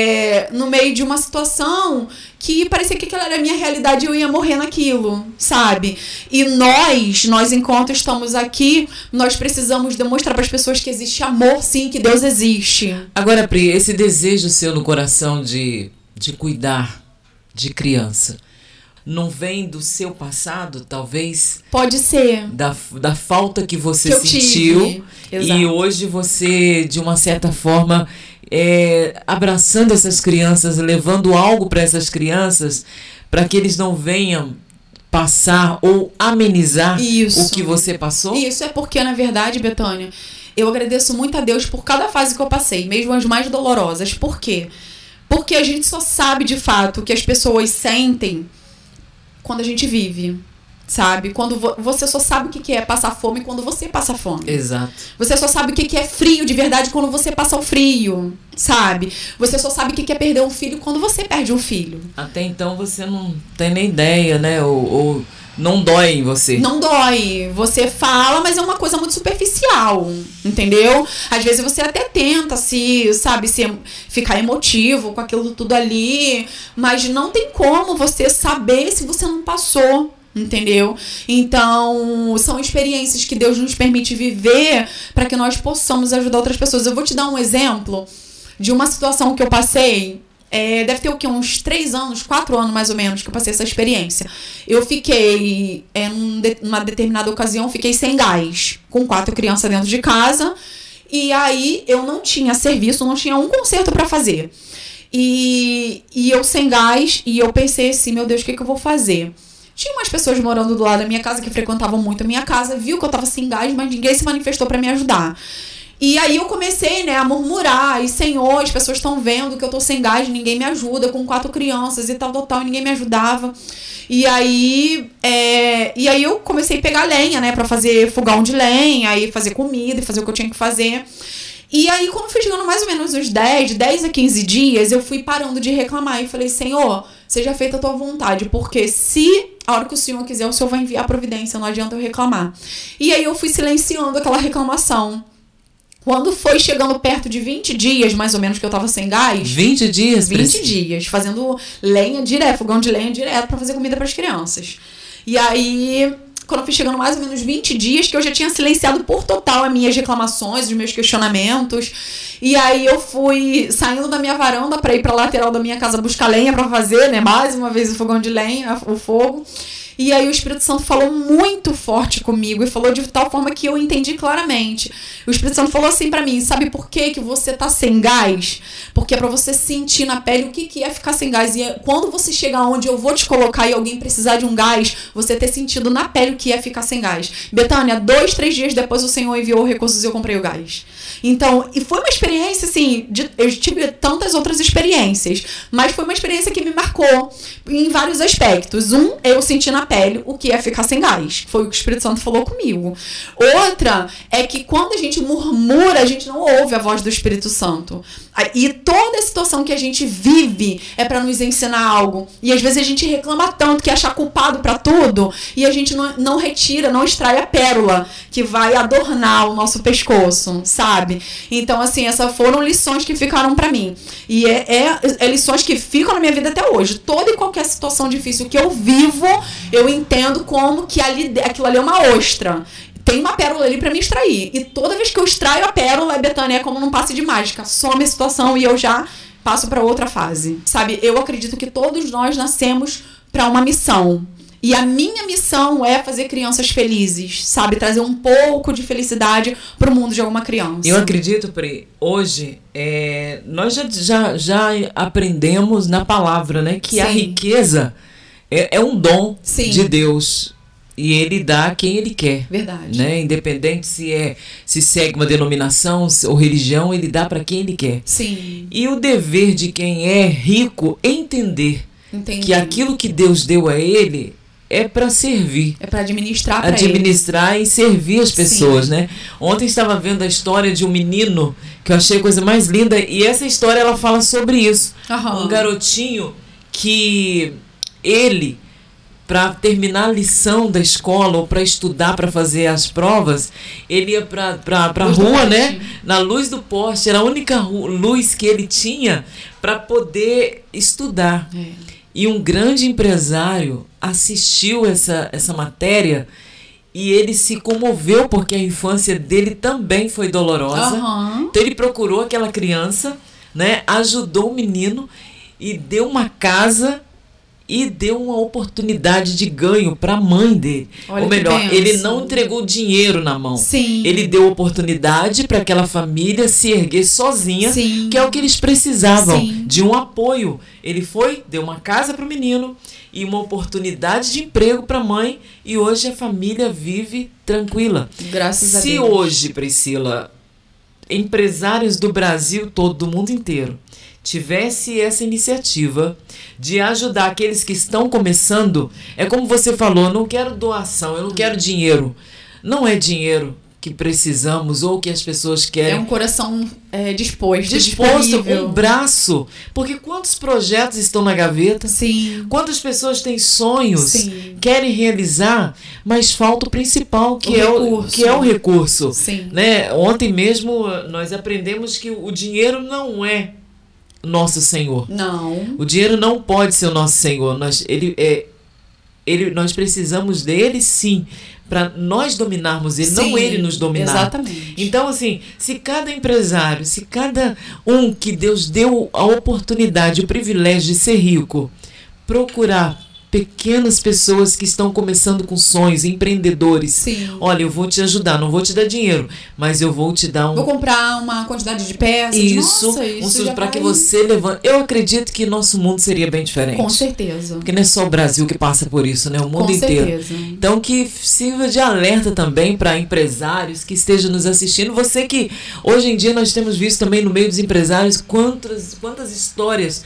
no meio de uma situação que parecia que aquela era a minha realidade e eu ia morrer naquilo, sabe? E nós enquanto estamos aqui, nós precisamos demonstrar para as pessoas que existe amor, sim, que Deus existe. Agora, Pri, esse desejo seu no coração de cuidar de criança, não vem do seu passado, talvez? Pode ser. Da falta que você sentiu. E hoje você, de uma certa forma, abraçando essas crianças, levando algo para essas crianças, para que eles não venham passar ou amenizar o que você passou? Isso é porque, na verdade, Betânia, eu agradeço muito a Deus por cada fase que eu passei, mesmo as mais dolorosas. Por quê? Porque a gente só sabe, de fato, o que as pessoas sentem quando a gente vive, sabe? Quando você só sabe o que é passar fome quando você passa fome. Exato. Você só sabe o que é frio de verdade quando você passa o frio, sabe? Você só sabe o que é perder um filho quando você perde um filho. Até então você não tem nem ideia, né? Ou não dói em você. Não dói. Você fala, mas é uma coisa muito superficial, entendeu? Às vezes você até tenta ficar emotivo com aquilo tudo ali, mas não tem como você saber se você não passou, entendeu? Então, são experiências que Deus nos permite viver para que nós possamos ajudar outras pessoas. Eu vou te dar um exemplo de uma situação que eu passei. Deve ter o quê? Uns 3 anos, 4 anos mais ou menos que eu passei essa experiência. Eu fiquei, numa determinada ocasião, fiquei sem gás, com 4 crianças dentro de casa. E aí eu não tinha serviço, não tinha um conserto para fazer. E eu sem gás, e eu pensei assim, meu Deus, o que eu vou fazer? Tinha umas pessoas morando do lado da minha casa que frequentavam muito a minha casa, viu que eu tava sem gás, mas ninguém se manifestou para me ajudar. E aí eu comecei, né, a murmurar, e Senhor, as pessoas estão vendo que eu tô sem gás, ninguém me ajuda, com 4 crianças e tal, e ninguém me ajudava. E aí eu comecei a pegar lenha, né, pra fazer fogão de lenha, aí fazer comida e fazer o que eu tinha que fazer. E aí, quando fui chegando mais ou menos uns 10 a 15 dias, eu fui parando de reclamar e falei, Senhor, seja feita a tua vontade, porque se a hora que o Senhor quiser, o Senhor vai enviar a providência, não adianta eu reclamar. E aí eu fui silenciando aquela reclamação. Quando foi chegando perto de 20 dias, mais ou menos, que eu tava sem gás... 20 dias? 20 dias, fazendo lenha direto, fogão de lenha direto pra fazer comida pras crianças. E aí, quando eu fui chegando mais ou menos 20 dias, que eu já tinha silenciado por total as minhas reclamações, os meus questionamentos. E aí eu fui saindo da minha varanda pra ir pra lateral da minha casa buscar lenha pra fazer, né? Mais uma vez o fogão de lenha, o fogo. E aí o Espírito Santo falou muito forte comigo e falou de tal forma que eu entendi claramente. O Espírito Santo falou assim pra mim, sabe por que você tá sem gás? Porque é pra você sentir na pele o que é ficar sem gás. E quando você chegar onde eu vou te colocar e alguém precisar de um gás, você ter sentido na pele o que é ficar sem gás. Betânia, 2, 3 dias depois o Senhor enviou recursos e eu comprei o gás. Então, e foi uma experiência, assim, eu tive tantas outras experiências, mas foi uma experiência que me marcou em vários aspectos. Eu senti na pele o que é ficar sem gás. Foi o que o Espírito Santo falou comigo. Outra é que quando a gente murmura, a gente não ouve a voz do Espírito Santo. E toda a situação que a gente vive é para nos ensinar algo. E às vezes a gente reclama tanto que acha culpado para tudo e a gente não retira, não extrai a pérola que vai adornar o nosso pescoço, sabe? Então, assim, essas foram lições que ficaram para mim. E é lições que ficam na minha vida até hoje. Toda e qualquer situação difícil que eu vivo, eu entendo como que aquilo ali é uma ostra. Tem uma pérola ali pra me extrair. E toda vez que eu extraio a pérola, Betânia, é como num passe de mágica. Some a situação e eu já passo pra outra fase. Sabe, eu acredito que todos nós nascemos pra uma missão. E a minha missão é fazer crianças felizes, sabe? Trazer um pouco de felicidade pro mundo de alguma criança. Eu acredito, Pri, hoje, nós já aprendemos na palavra, né? Que Sim. A riqueza é um dom Sim. de Deus. E ele dá a quem ele quer. Verdade. Né? Independente se segue uma denominação ou religião, ele dá para quem ele quer. Sim. E o dever de quem é rico é entender que aquilo que Deus deu a ele é para servir. É para administrar para administrar e servir as pessoas, Sim. né? Ontem estava vendo a história de um menino que eu achei a coisa mais linda. E essa história ela fala sobre isso. Uhum. Um garotinho que ele... para terminar a lição da escola ou para estudar, para fazer as provas, ele ia para a rua, né? Na luz do poste, era a única luz que ele tinha para poder estudar. E um grande empresário assistiu essa matéria e ele se comoveu porque a infância dele também foi dolorosa. Uhum. Então ele procurou aquela criança, né? Ajudou o menino e deu uma casa e deu uma oportunidade de ganho para a mãe dele. Olha, ou melhor, ele não entregou dinheiro na mão. Sim. Ele deu oportunidade para aquela família se erguer sozinha, Sim. que é o que eles precisavam, Sim. de um apoio. Ele deu uma casa para o menino e uma oportunidade de emprego para a mãe, e hoje a família vive tranquila. Graças a Deus. Se hoje, Priscila, empresários do Brasil todo, do mundo inteiro, tivesse essa iniciativa de ajudar aqueles que estão começando, é como você falou, eu não quero doação, eu não quero dinheiro. Não é dinheiro que precisamos ou que as pessoas querem. É um coração disposto, um braço. Porque quantos projetos estão na gaveta? Sim. Quantas pessoas têm sonhos, Sim. querem realizar, mas falta o principal, que é o recurso. Sim. Né? Ontem mesmo nós aprendemos que o dinheiro não é nosso Senhor. Não. O dinheiro não pode ser o nosso Senhor. Nós precisamos dele, sim, para nós dominarmos ele, Sim, não ele nos dominar. Exatamente. Então, assim, se cada empresário, se cada um que Deus deu a oportunidade, o privilégio de ser rico, procurar pequenas pessoas que estão começando com sonhos, empreendedores. Sim. Olha, eu vou te ajudar, não vou te dar dinheiro, mas eu vou te dar Vou comprar uma quantidade de peças. Isso, Nossa, para que você levante. Eu acredito que nosso mundo seria bem diferente. Com certeza. Porque não é só o Brasil que passa por isso, né? O mundo inteiro. Certeza. Então, que sirva de alerta também para empresários que estejam nos assistindo. Você que, hoje em dia, nós temos visto também no meio dos empresários quantas histórias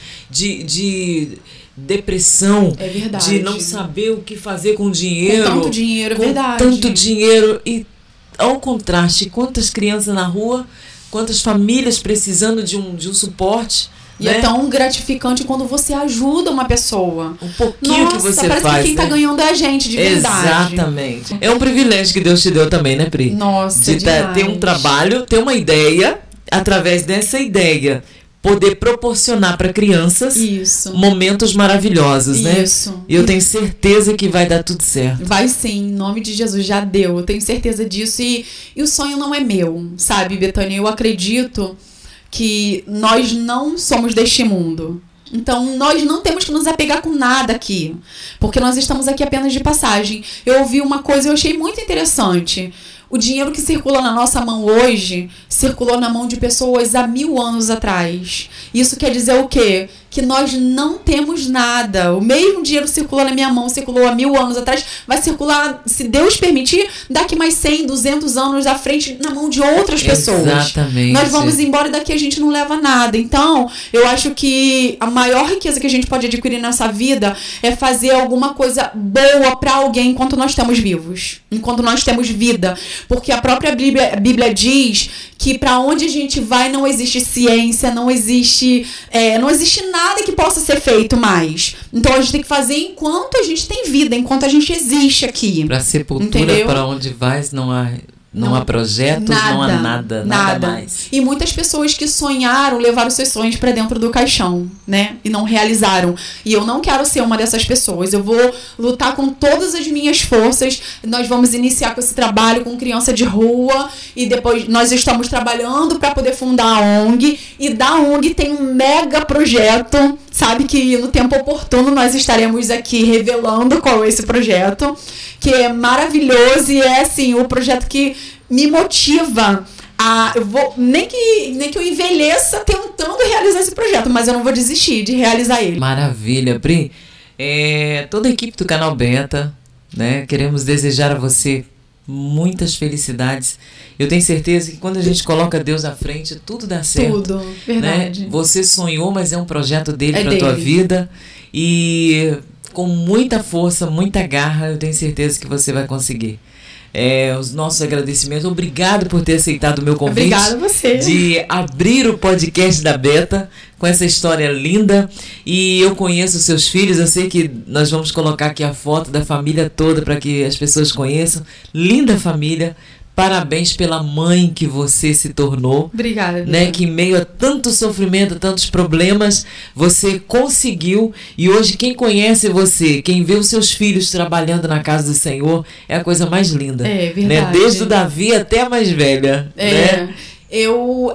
de depressão, de não saber o que fazer com dinheiro. Com tanto dinheiro, com verdade. Tanto dinheiro. E, ao contraste, quantas crianças na rua, quantas famílias precisando de um suporte. E é tão gratificante quando você ajuda uma pessoa. Um pouquinho que você parece faz. Que quem tá ganhando é a gente, de verdade. Exatamente. É um privilégio que Deus te deu também, né, Pri? Nossa, de ter um trabalho, ter uma ideia, através dessa ideia, poder proporcionar para crianças momentos maravilhosos, né? Isso. E eu tenho certeza que vai dar tudo certo. Vai sim, em nome de Jesus, já deu. Eu tenho certeza disso. E o sonho não é meu, sabe, Betânia? Eu acredito que nós não somos deste mundo. Então, nós não temos que nos apegar com nada aqui, porque nós estamos aqui apenas de passagem. Eu ouvi uma coisa e eu achei muito interessante. O dinheiro que circula na nossa mão hoje circulou na mão de pessoas há 1000 anos atrás. Isso quer dizer o quê? Que nós não temos nada. O mesmo dinheiro circulou na minha mão, circulou há 1000 anos atrás, vai circular, se Deus permitir, daqui mais 100, 200 anos à frente, na mão de outras pessoas. Exatamente. Nós vamos embora e daqui a gente não leva nada. Então, eu acho que a maior riqueza que a gente pode adquirir nessa vida é fazer alguma coisa boa para alguém enquanto nós estamos vivos, enquanto nós temos vida. Porque a própria Bíblia diz que para onde a gente vai não existe ciência, não existe nada que possa ser feito mais. Então a gente tem que fazer enquanto a gente tem vida, enquanto a gente existe aqui. Para sepultura, para onde vais, não há projetos, não há nada mais. E muitas pessoas que sonharam levaram seus sonhos para dentro do caixão, né? E não realizaram. E eu não quero ser uma dessas pessoas. Eu vou lutar com todas as minhas forças. Nós vamos iniciar com esse trabalho com criança de rua. E depois nós estamos trabalhando para poder fundar a ONG. E da ONG tem um mega projeto. Sabe que no tempo oportuno nós estaremos aqui revelando qual é esse projeto. Que é maravilhoso e é assim, o projeto que me motiva a... Nem que eu envelheça tentando realizar esse projeto, mas eu não vou desistir de realizar ele. Maravilha, Pri. Toda a equipe do Canal Beta, né? Queremos desejar a você muitas felicidades. Eu tenho certeza que quando a gente coloca Deus à frente, tudo dá certo. Tudo, verdade. Né? Você sonhou, mas é um projeto dele para a tua vida. E com muita força, muita garra, eu tenho certeza que você vai conseguir. Os nossos agradecimentos. Obrigado por ter aceitado o meu convite. Obrigada a você. De abrir o podcast da Beta com essa história linda. E eu conheço os seus filhos. Eu sei que nós vamos colocar aqui a foto da família toda para que as pessoas conheçam. Linda família. Parabéns pela mãe que você se tornou. Obrigada. Né? Que em meio a tanto sofrimento, tantos problemas, você conseguiu. E hoje quem conhece você, quem vê os seus filhos trabalhando na casa do Senhor, é a coisa mais linda. É verdade. Né? Desde o Davi até a mais velha. Né? Eu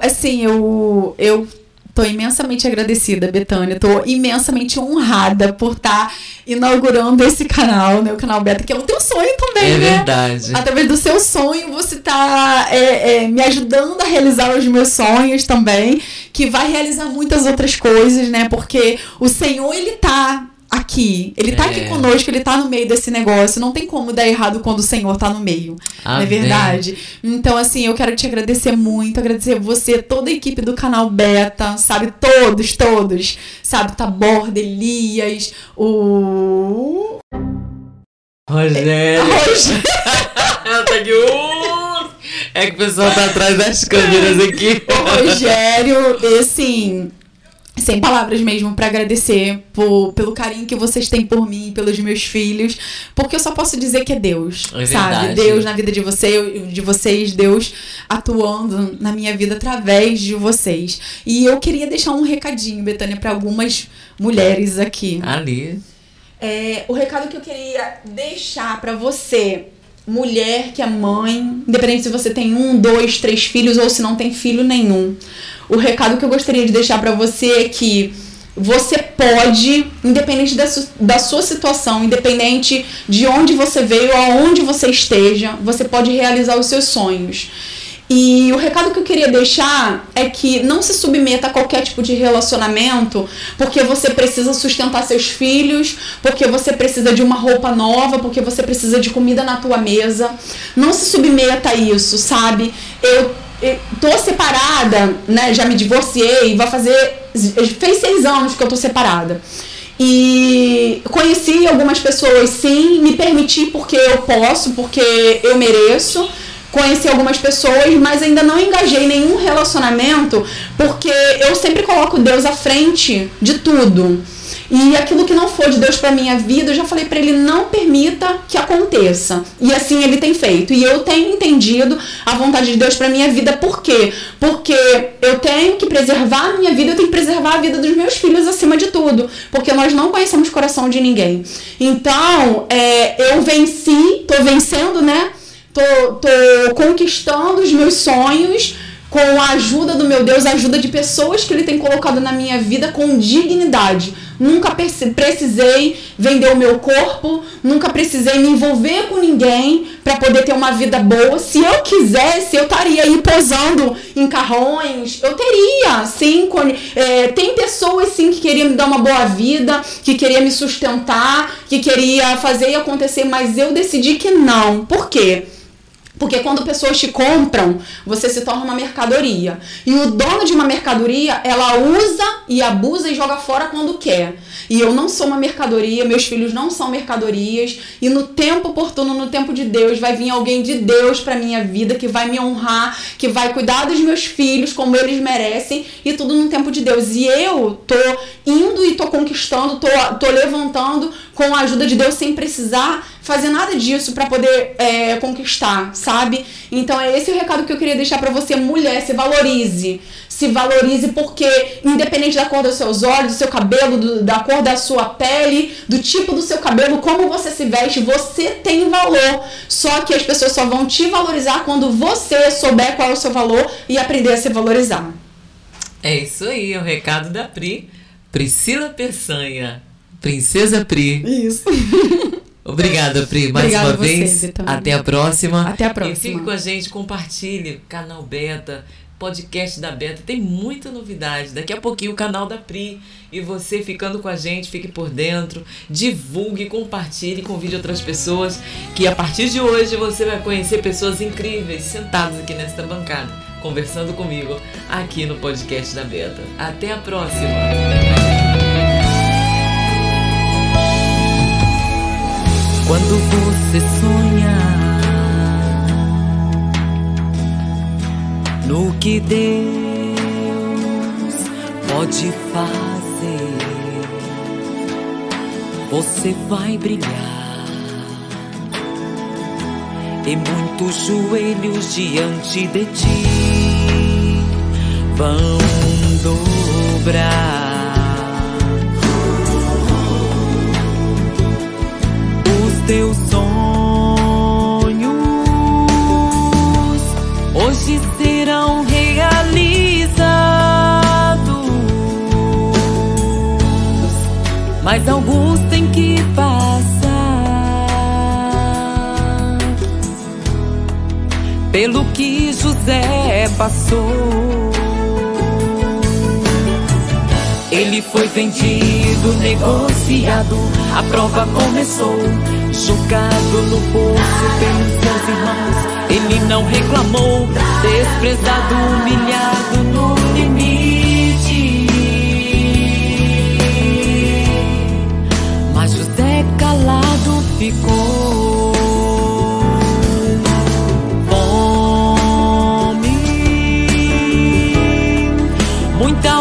tô imensamente agradecida, Betânia. Tô imensamente honrada por estar inaugurando esse canal, né? O Canal Beta, que é o teu sonho também, né? É verdade. Através do seu sonho, você tá me ajudando a realizar os meus sonhos também, que vai realizar muitas outras coisas, né? Porque o Senhor, ele tá aqui. Ele tá aqui conosco, ele tá no meio desse negócio. Não tem como dar errado quando o Senhor tá no meio. Não é verdade? Então, assim, eu quero te agradecer muito, agradecer você, toda a equipe do Canal Beta, sabe? Todos, sabe? Taborda, Elias, o... Rogério. Ela tá aqui. É que o pessoal tá atrás das câmeras aqui. O Rogério, e assim... Sem palavras mesmo para agradecer pelo carinho que vocês têm por mim, pelos meus filhos, porque eu só posso dizer que é Deus, sabe? Deus na vida de vocês, Deus atuando na minha vida através de vocês. E eu queria deixar um recadinho, Betânia, para algumas mulheres aqui. Ali. O recado que eu queria deixar para você, mulher que é mãe, independente se você tem 1, 2, 3 filhos ou se não tem filho nenhum. O recado que eu gostaria de deixar para você é que você pode, independente da sua situação, independente de onde você veio, aonde você esteja, você pode realizar os seus sonhos. E o recado que eu queria deixar é que não se submeta a qualquer tipo de relacionamento porque você precisa sustentar seus filhos, porque você precisa de uma roupa nova, porque você precisa de comida na tua mesa. Não se submeta a isso, sabe? Eu tô separada, né? Já me divorciei, fez 6 anos que eu tô separada. E conheci algumas pessoas, sim, me permiti porque eu posso, porque eu mereço. Conheci algumas pessoas, mas ainda não engajei em nenhum relacionamento porque eu sempre coloco Deus à frente de tudo. E aquilo que não for de Deus pra minha vida, eu já falei pra ele, não permita que aconteça. E assim ele tem feito. E eu tenho entendido a vontade de Deus pra minha vida. Por quê? Porque eu tenho que preservar a minha vida, eu tenho que preservar a vida dos meus filhos acima de tudo. Porque nós não conhecemos o coração de ninguém. Então, eu tô vencendo, né? Tô conquistando os meus sonhos com a ajuda do meu Deus, a ajuda de pessoas que Ele tem colocado na minha vida com dignidade. Nunca precisei vender o meu corpo, nunca precisei me envolver com ninguém para poder ter uma vida boa. Se eu quisesse, eu estaria aí posando em carrões, eu teria, sim. Tem pessoas, sim, que queriam me dar uma boa vida, que queria me sustentar, que queria fazer e acontecer, mas eu decidi que não. Por quê? Porque quando pessoas te compram, você se torna uma mercadoria. E o dono de uma mercadoria, ela usa e abusa e joga fora quando quer. E eu não sou uma mercadoria, meus filhos não são mercadorias. E no tempo oportuno, no tempo de Deus, vai vir alguém de Deus pra minha vida, que vai me honrar, que vai cuidar dos meus filhos como eles merecem. E tudo no tempo de Deus. E eu tô indo e tô conquistando, tô levantando com a ajuda de Deus sem precisar fazer nada disso pra poder conquistar, sabe? Então é esse o recado que eu queria deixar pra você, mulher. Se valorize. Se valorize porque, independente da cor dos seus olhos, do seu cabelo, da cor da sua pele, do tipo do seu cabelo, como você se veste, você tem valor. Só que as pessoas só vão te valorizar quando você souber qual é o seu valor e aprender a se valorizar. É isso aí, é o recado da Priscila Peçanha. Princesa Pri. Isso. Obrigada, Pri, mais uma vez. Até a próxima. Até a próxima. E fique com a gente, compartilhe canal Beta, podcast da Beta, tem muita novidade. Daqui a pouquinho o canal da Pri. E você ficando com a gente, fique por dentro, divulgue, compartilhe, convide outras pessoas, que a partir de hoje você vai conhecer pessoas incríveis sentadas aqui nesta bancada, conversando comigo aqui no podcast da Beta. Até a próxima! Quando você sonha no que Deus pode fazer, você vai brilhar e muitos joelhos diante de ti vão dobrar. Teus sonhos hoje serão realizados, mas alguns têm que passar pelo que José passou. Ele foi vendido, negociado, a prova começou. Jogado no poço pelos seus irmãos, ele não reclamou. Desprezado, humilhado no limite, mas José calado ficou. Fome, muita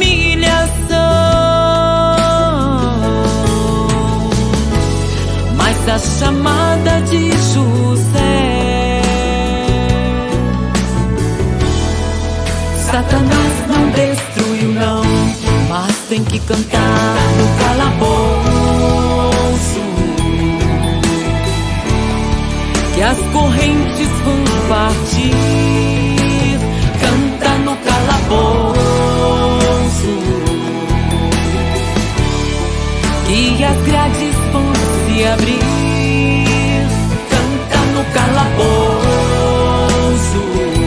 a chamada de José. Satanás não destruiu não, mas tem que cantar no calabouço, que as correntes vão partir. Canta no calabouço, se abrir. Canta no calabouço,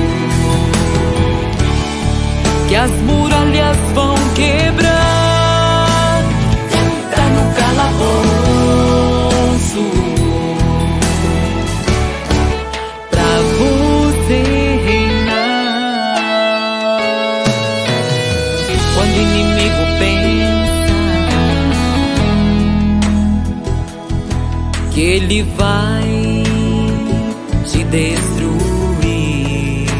que as muralhas vão quebrar. Canta no calabouço, pra você reinar. Quando o inimigo pensa que ele vai te destruir,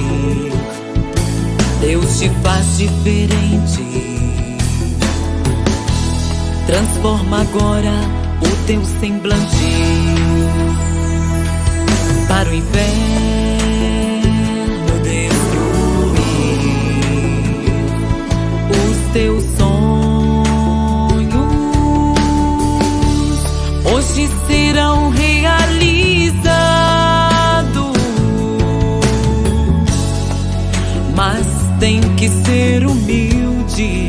Deus te faz diferente. Transforma agora o teu semblante para o inferno destruir os teus sonhos. Hoje serão realizados, mas tem que ser humilde,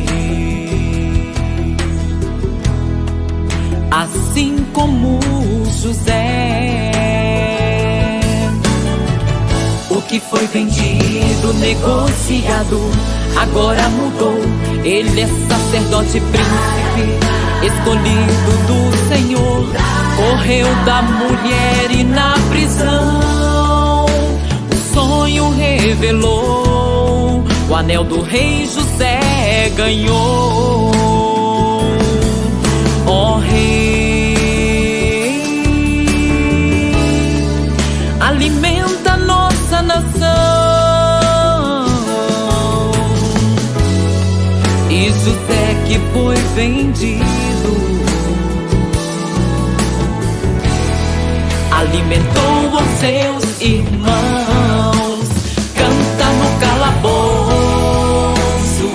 assim como José. O que foi vendido, negociado, agora mudou. Ele é sacerdote, príncipe, escolhido do Senhor. Correu da mulher e na prisão o sonho revelou. O anel do rei José ganhou. Ó rei, alimenta nossa nação. E José que foi vendido alimentou os seus irmãos. Canta no calabouço,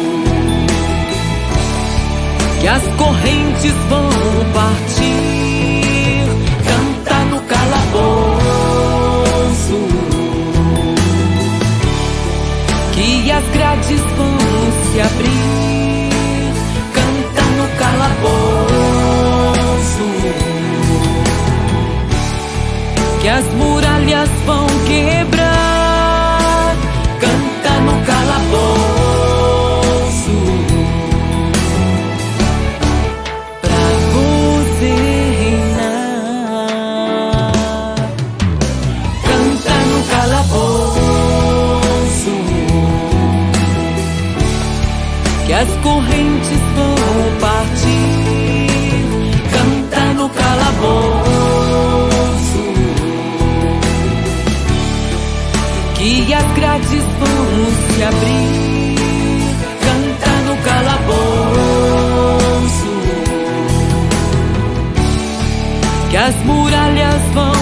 que as correntes vão partir. Canta no calabouço, que as grades vão se abrir. Canta no calabouço, que as muralhas vão quebrar. Canta no calabouço, pra você reinar. Canta no calabouço, que as correntes vão partir. Canta no calabouço, que as grades vão se abrir. Canta no calabouço, que as muralhas vão